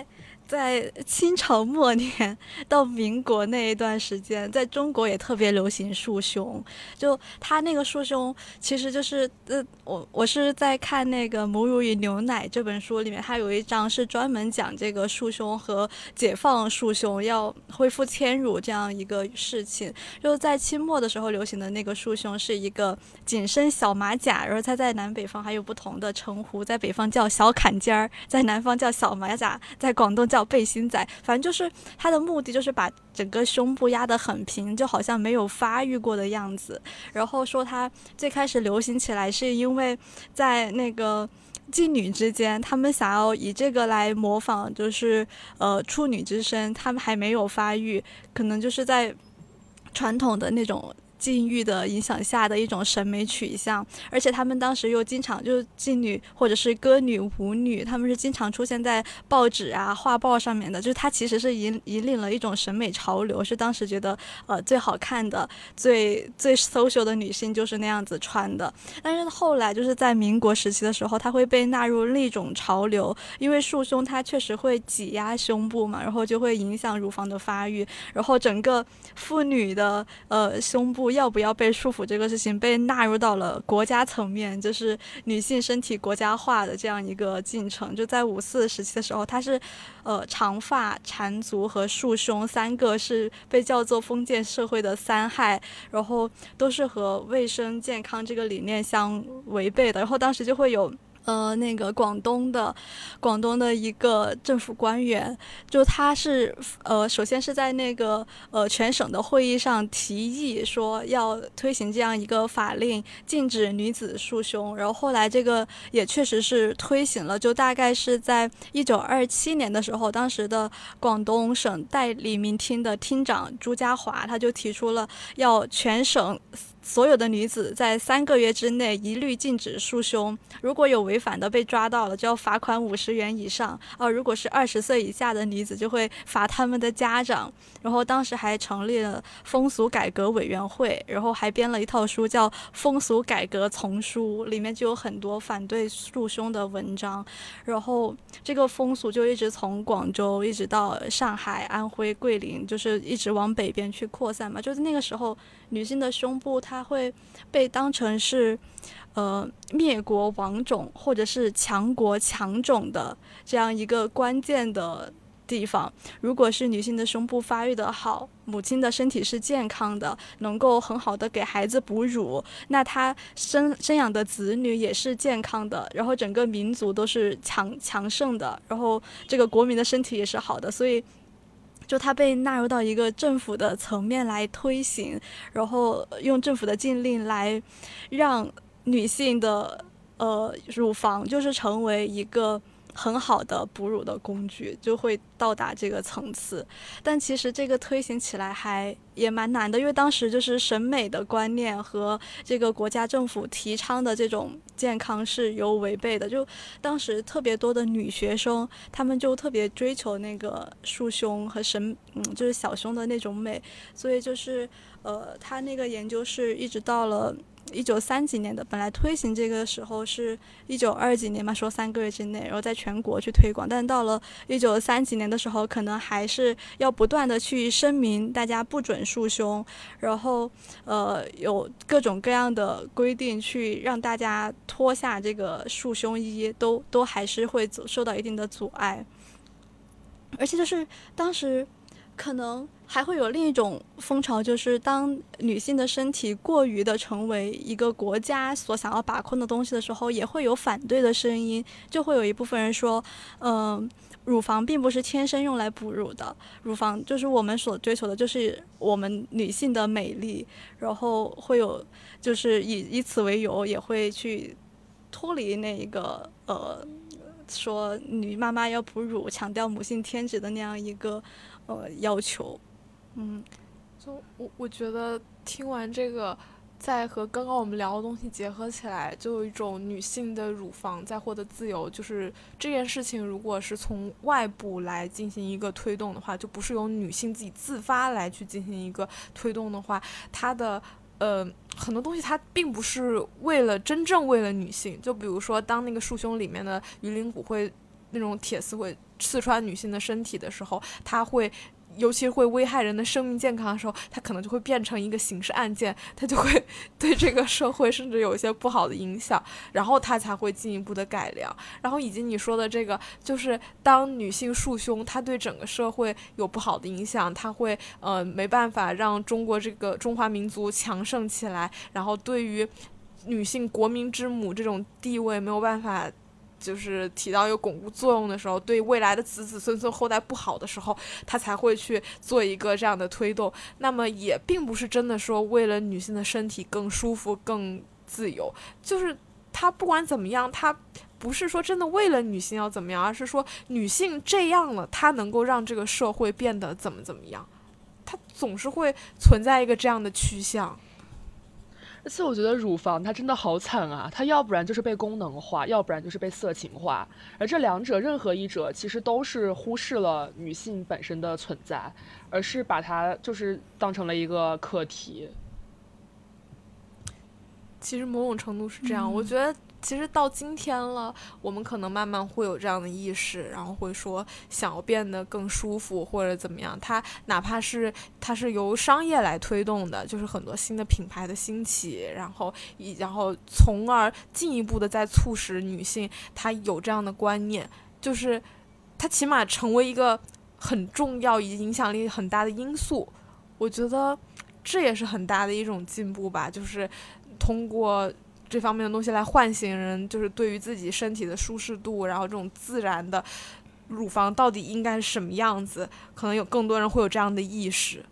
在清朝末年到民国那一段时间，在中国也特别流行束胸。就他那个束胸，其实就是呃，我我是在看那个《母乳与牛奶》这本书里面，它有一章是专门讲这个束胸和解放束胸，要恢复天乳这样一个事情。就是在清末的时候流行的那个束胸是一个紧身小马甲，然后它在南北方还有不同的称呼，在北方叫小坎肩儿，在南方叫小马甲，在广东叫背心仔。反正就是它的目的就是把整个胸部压得很平，就好像没有发育过的样子。然后说它最开始流行起来是因为在那个妓女之间，他们想要以这个来模仿，就是呃处女之身，他们还没有发育，可能就是在传统的那种禁欲的影响下的一种审美取向。而且他们当时又经常就是妓女或者是歌女舞女，他们是经常出现在报纸啊画报上面的，就是它其实是引引领了一种审美潮流，是当时觉得呃最好看的最最 social 的女性就是那样子穿的。但是后来就是在民国时期的时候，它会被纳入另一种潮流，因为束胸它确实会挤压胸部嘛，然后就会影响乳房的发育，然后整个妇女的呃胸部要不要被束缚这个事情被纳入到了国家层面，就是女性身体国家化的这样一个进程。就在五四时期的时候，它是呃长发、缠足和束胸三个是被叫做封建社会的三害，然后都是和卫生健康这个理念相违背的。然后当时就会有呃，那个广东的广东的一个政府官员，就他是呃，首先是在那个呃全省的会议上提议说要推行这样一个法令，禁止女子束胸。然后后来这个也确实是推行了，就大概是在一九二七年的时候，当时的广东省代理民厅的厅长朱家骅，他就提出了要全省所有的女子在三个月之内一律禁止束胸，如果有违反的被抓到了，就要罚款五十元以上。呃，如果是二十岁以下的女子，就会罚他们的家长。然后当时还成立了风俗改革委员会，然后还编了一套书叫《风俗改革丛书》，里面就有很多反对束胸的文章。然后这个风俗就一直从广州一直到上海、安徽、桂林，就是一直往北边去扩散嘛。就是那个时候，女性的胸部它会被当成是呃灭国亡种或者是强国强种的这样一个关键的地方。如果是女性的胸部发育的好，母亲的身体是健康的，能够很好的给孩子哺乳，那她生生养的子女也是健康的，然后整个民族都是强强盛的，然后这个国民的身体也是好的。所以就它被纳入到一个政府的层面来推行，然后用政府的禁令来让女性的呃乳房就是成为一个很好的哺乳的工具，就会到达这个层次。但其实这个推行起来还也蛮难的，因为当时就是审美的观念和这个国家政府提倡的这种健康是有违背的。就当时特别多的女学生，她们就特别追求那个束胸和审嗯就是小胸的那种美，所以就是呃她那个研究是一直到了一九三几年的，本来推行这个时候是一九二几年嘛，说三个月之内，然后在全国去推广，但到了一九三几年的时候，可能还是要不断的去声明大家不准束胸，然后呃有各种各样的规定去让大家脱下这个束胸衣，都都还是会受到一定的阻碍。而且就是当时可能还会有另一种风潮，就是当女性的身体过于的成为一个国家所想要把控的东西的时候，也会有反对的声音，就会有一部分人说嗯、呃，乳房并不是天生用来哺乳的，乳房就是我们所追求的就是我们女性的美丽，然后会有就是以以此为由也会去脱离那一个呃说女妈妈要哺乳强调母性天职的那样一个呃要求。嗯， 就我我觉得听完这个再和刚刚我们聊的东西结合起来，就有一种女性的乳房在获得自由，就是这件事情如果是从外部来进行一个推动的话，就不是由女性自己自发来去进行一个推动的话，它的呃很多东西它并不是为了真正为了女性。就比如说当那个束胸里面的鱼鳞骨会那种铁丝会刺穿女性的身体的时候，它会尤其会危害人的生命健康的时候，它可能就会变成一个刑事案件，它就会对这个社会甚至有一些不好的影响，然后它才会进一步的改良。然后以及你说的这个，就是当女性束胸，它对整个社会有不好的影响，它会呃没办法让中国这个中华民族强盛起来，然后对于女性国民之母这种地位没有办法就是起到一个巩固作用的时候，对未来的子子孙孙后代不好的时候，他才会去做一个这样的推动。那么也并不是真的说为了女性的身体更舒服更自由，就是他不管怎么样，他不是说真的为了女性要怎么样，而是说女性这样了，她能够让这个社会变得怎么怎么样，它总是会存在一个这样的趋向。 而且我觉得乳房它真的好惨啊，它要不然就是被功能化，要不然就是被色情化，而这两者任何一者其实都是忽视了女性本身的存在，而是把它就是当成了一个课题。 其实某种程度是这样、嗯、我觉得其实到今天了，我们可能慢慢会有这样的意识，然后会说想要变得更舒服或者怎么样，它哪怕是它是由商业来推动的，就是很多新的品牌的兴起，然后然后从而进一步的在促使女性她有这样的观念，就是它起码成为一个很重要以及影响力很大的因素。我觉得这也是很大的一种进步吧，就是通过这方面的东西来唤醒人，就是对于自己身体的舒适度，然后这种自然的乳房到底应该是什么样子，可能有更多人会有这样的意识。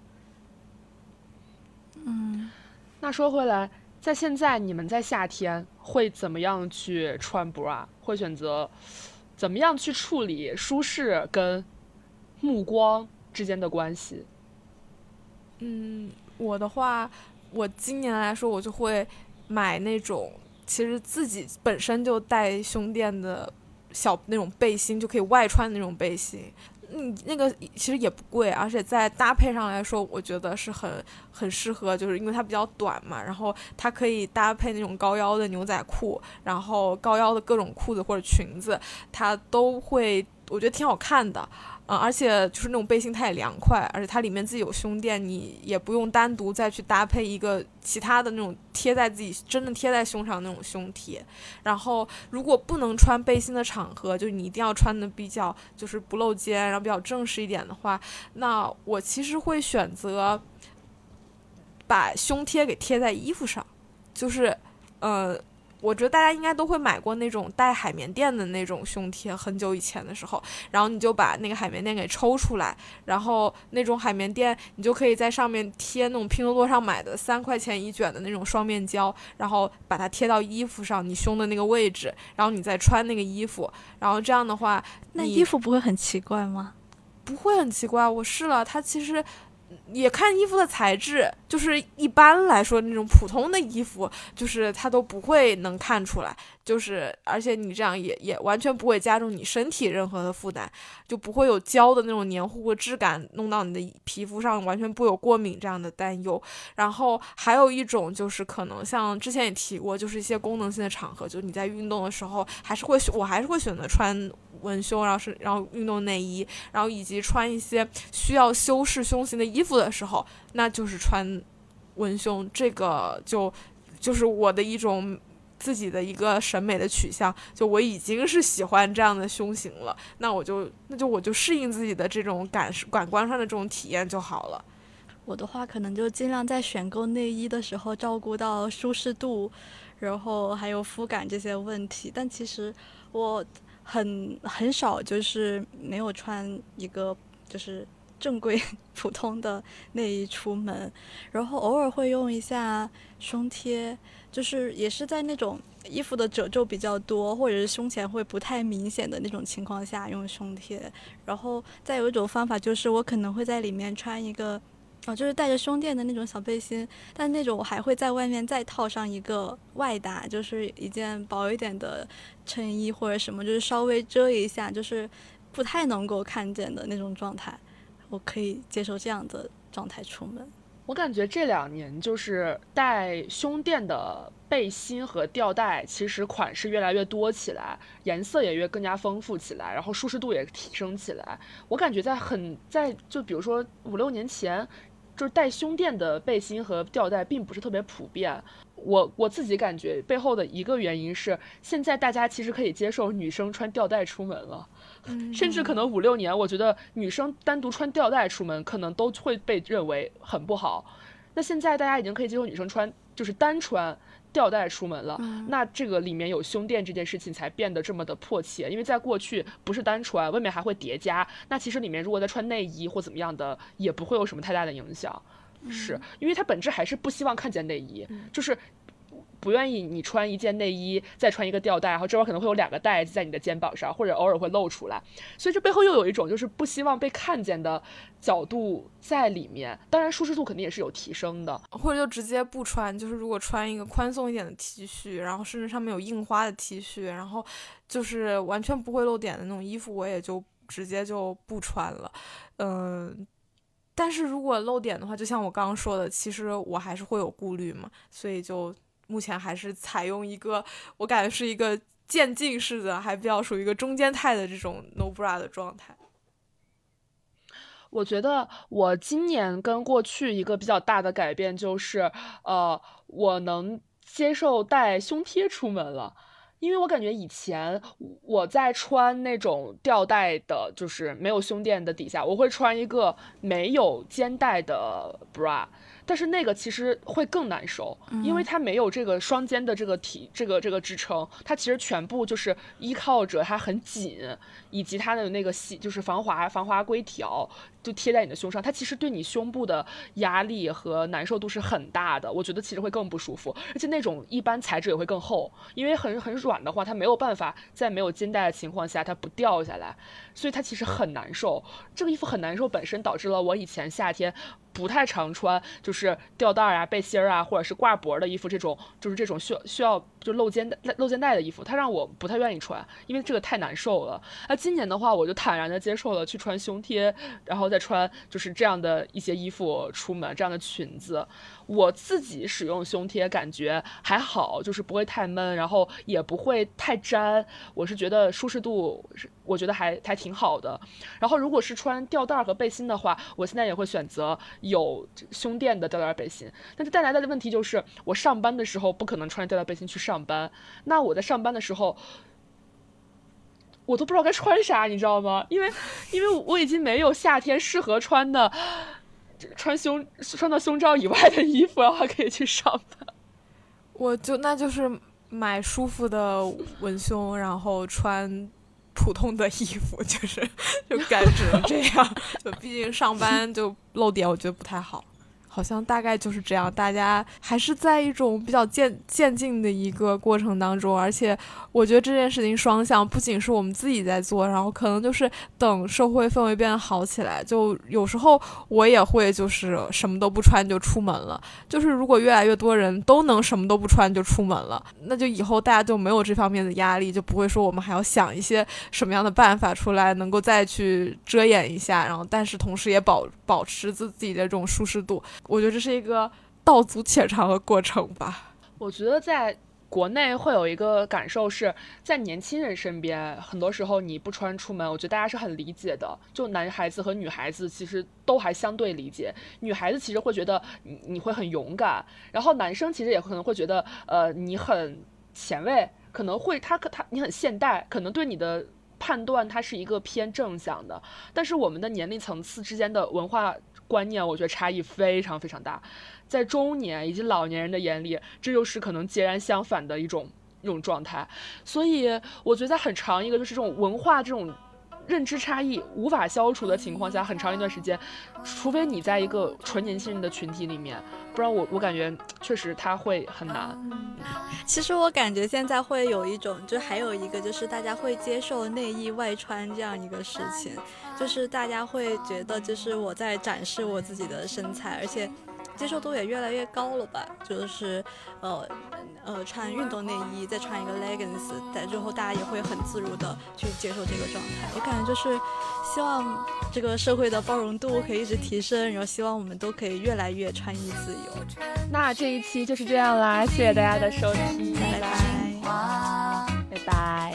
嗯， 那说回来，在现在你们在夏天会怎么样去穿 bra， 会选择怎么样去处理舒适跟目光之间的关系？ 嗯，我的话，我今年来说，我就会买那种其实自己本身就带胸垫的小那种背心，就可以外穿的那种背心。嗯，那个其实也不贵，而且在搭配上来说，我觉得是很很适合，就是因为它比较短嘛，然后它可以搭配那种高腰的牛仔裤，然后高腰的各种裤子或者裙子，它都会，我觉得挺好看的。嗯，而且就是那种背心它也凉快，而且它里面自己有胸垫，你也不用单独再去搭配一个其他的那种贴在自己真的贴在胸上那种胸贴。然后如果不能穿背心的场合，就是你一定要穿的比较就是不露肩，然后比较正式一点的话，那我其实会选择把胸贴给贴在衣服上，就是呃我觉得大家应该都会买过那种带海绵垫的那种胸贴，很久以前的时候，然后你就把那个海绵垫给抽出来，然后那种海绵垫你就可以在上面贴那种拼多多上买的三块钱一卷的那种双面胶，然后把它贴到衣服上，你胸的那个位置，然后你再穿那个衣服，然后这样的话， 那衣服不会很奇怪吗？ 不会很奇怪，我试了，它其实也看衣服的材质，就是一般来说那种普通的衣服，就是它都不会能看出来，就是而且你这样也也完全不会加重你身体任何的负担，就不会有胶的那种黏糊和质感弄到你的皮肤上，完全不会有过敏这样的担忧。然后还有一种就是可能像之前也提过，就是一些功能性的场合，就是你在运动的时候还是会我还是会选择穿文胸，然后是然后运动内衣，然后以及穿一些需要修饰胸型的衣服的时候，那就是穿文胸。这个就就是我的一种自己的一个审美的取向，就我已经是喜欢这样的胸型了，那我就那就我就适应自己的这种感感官上的这种体验就好了。 我的话可能就尽量在选购内衣的时候照顾到舒适度，然后还有肤感这些问题，但其实我很很少就是没有穿一个就是正规普通的内衣出门，然后偶尔会用一下胸贴，就是也是在那种衣服的褶皱比较多或者是胸前会不太明显的那种情况下用胸贴。然后再有一种方法就是我可能会在里面穿一个哦，就是带着胸垫的那种小背心，但那种我还会在外面再套上一个外搭，就是一件薄一点的衬衣或者什么，就是稍微遮一下，就是不太能够看见的那种状态，我可以接受这样的状态出门。 我感觉这两年就是带胸垫的背心和吊带，其实款式越来越多起来，颜色也越更加丰富起来，然后舒适度也提升起来。我感觉在很在就比如说五六年前，就是带胸垫的背心和吊带并不是特别普遍。我我自己感觉背后的一个原因是，现在大家其实可以接受女生穿吊带出门了。甚至可能五六年，我觉得女生单独穿吊带出门，可能都会被认为很不好。那现在大家已经可以接受女生穿，就是单穿吊带出门了。嗯、那这个里面有胸垫这件事情才变得这么的迫切，因为在过去不是单穿，外面还会叠加。那其实里面如果再穿内衣或怎么样的，也不会有什么太大的影响。嗯、是因为它本质还是不希望看见内衣，嗯、就是。不愿意你穿一件内衣再穿一个吊带，然后这边可能会有两个带子在你的肩膀上，或者偶尔会露出来，所以这背后又有一种就是不希望被看见的角度在里面。当然舒适度肯定也是有提升的， 或者就直接不穿，就是如果穿一个宽松一点的 T 恤，然后甚至上面有印花的 T 恤，然后就是完全不会露点的那种衣服，我也就直接就不穿了。嗯、呃但是如果露点的话，就像我刚刚说的，其实我还是会有顾虑嘛，所以就目前还是采用一个我感觉是一个渐进式的，还比较属于一个中间态的这种 no bra 的状态。 我觉得我今年跟过去一个比较大的改变就是，呃，我能接受带胸贴出门了。因为我感觉以前我在穿那种吊带的，就是没有胸垫的底下，我会穿一个没有肩带的 bra。但是那个其实会更难受，因为它没有这个双肩的这个体这个这个支撑，它其实全部就是依靠着它很紧，以及它的那个细就是防滑防滑硅条就贴在你的胸上，它其实对你胸部的压力和难受度是很大的，我觉得其实会更不舒服，而且那种一般材质也会更厚，因为很很软的话，它没有办法在没有肩带的情况下它不掉下来，所以它其实很难受。这个衣服很难受本身导致了我以前夏天不太常穿就是吊带啊背心啊或者是挂脖的衣服，这种就是这种需要需要就露肩露肩带的衣服，它让我不太愿意穿，因为这个太难受了。那今年的话我就坦然的接受了去穿胸贴，然后再穿就是这样的一些衣服出门，这样的裙子。我自己使用胸贴感觉还好，就是不会太闷，然后也不会太粘，我是觉得舒适度我觉得还还挺好的。然后如果是穿吊带和背心的话，我现在也会选择有胸垫的吊带背心，但是带来的问题就是我上班的时候不可能穿吊带背心去上班，那我在上班的时候我都不知道该穿啥，你知道吗？因为因为我已经没有夏天适合穿的穿胸穿到胸罩以外的衣服，然后还可以去上班。 我就那就是买舒服的文胸，然后穿普通的衣服，就是就感觉只能这样。就毕竟上班就露点，我觉得不太好。好像大概就是这样，大家还是在一种比较渐渐进的一个过程当中，而且我觉得这件事情双向，不仅是我们自己在做，然后可能就是等社会氛围变得好起来，就有时候我也会就是什么都不穿就出门了，就是如果越来越多人都能什么都不穿就出门了，那就以后大家就没有这方面的压力，就不会说我们还要想一些什么样的办法出来能够再去遮掩一下，然后但是同时也保保持自己的这种舒适度。我觉得这是一个道阻且长的过程吧。 我觉得在国内会有一个感受是，在年轻人身边，很多时候你不穿出门，我觉得大家是很理解的。就男孩子和女孩子其实都还相对理解，女孩子其实会觉得你你会很勇敢，然后男生其实也可能会觉得，呃，你很前卫，可能会他他你很现代，可能对你的判断它是一个偏正向的。但是我们的年龄层次之间的文化观念，我觉得差异非常非常大，在中年以及老年人的眼里，这就是可能截然相反的一种一种状态。所以我觉得在很长一个就是这种文化这种认知差异无法消除的情况下，很长一段时间，除非你在一个纯年轻人的群体里面，不然我我感觉确实它会很难。 其实我感觉现在会有一种，就还有一个就是大家会接受内衣外穿这样一个事情，就是大家会觉得就是我在展示我自己的身材，而且接受度也越来越高了吧，就是呃呃穿运动内衣再穿一个 leggings， 在之后大家也会很自如的去接受这个状态。我感觉就是希望这个社会的包容度可以一直提升，然后希望我们都可以越来越穿衣自由。 那这一期就是这样啦，谢谢大家的收听， 拜拜， 拜拜。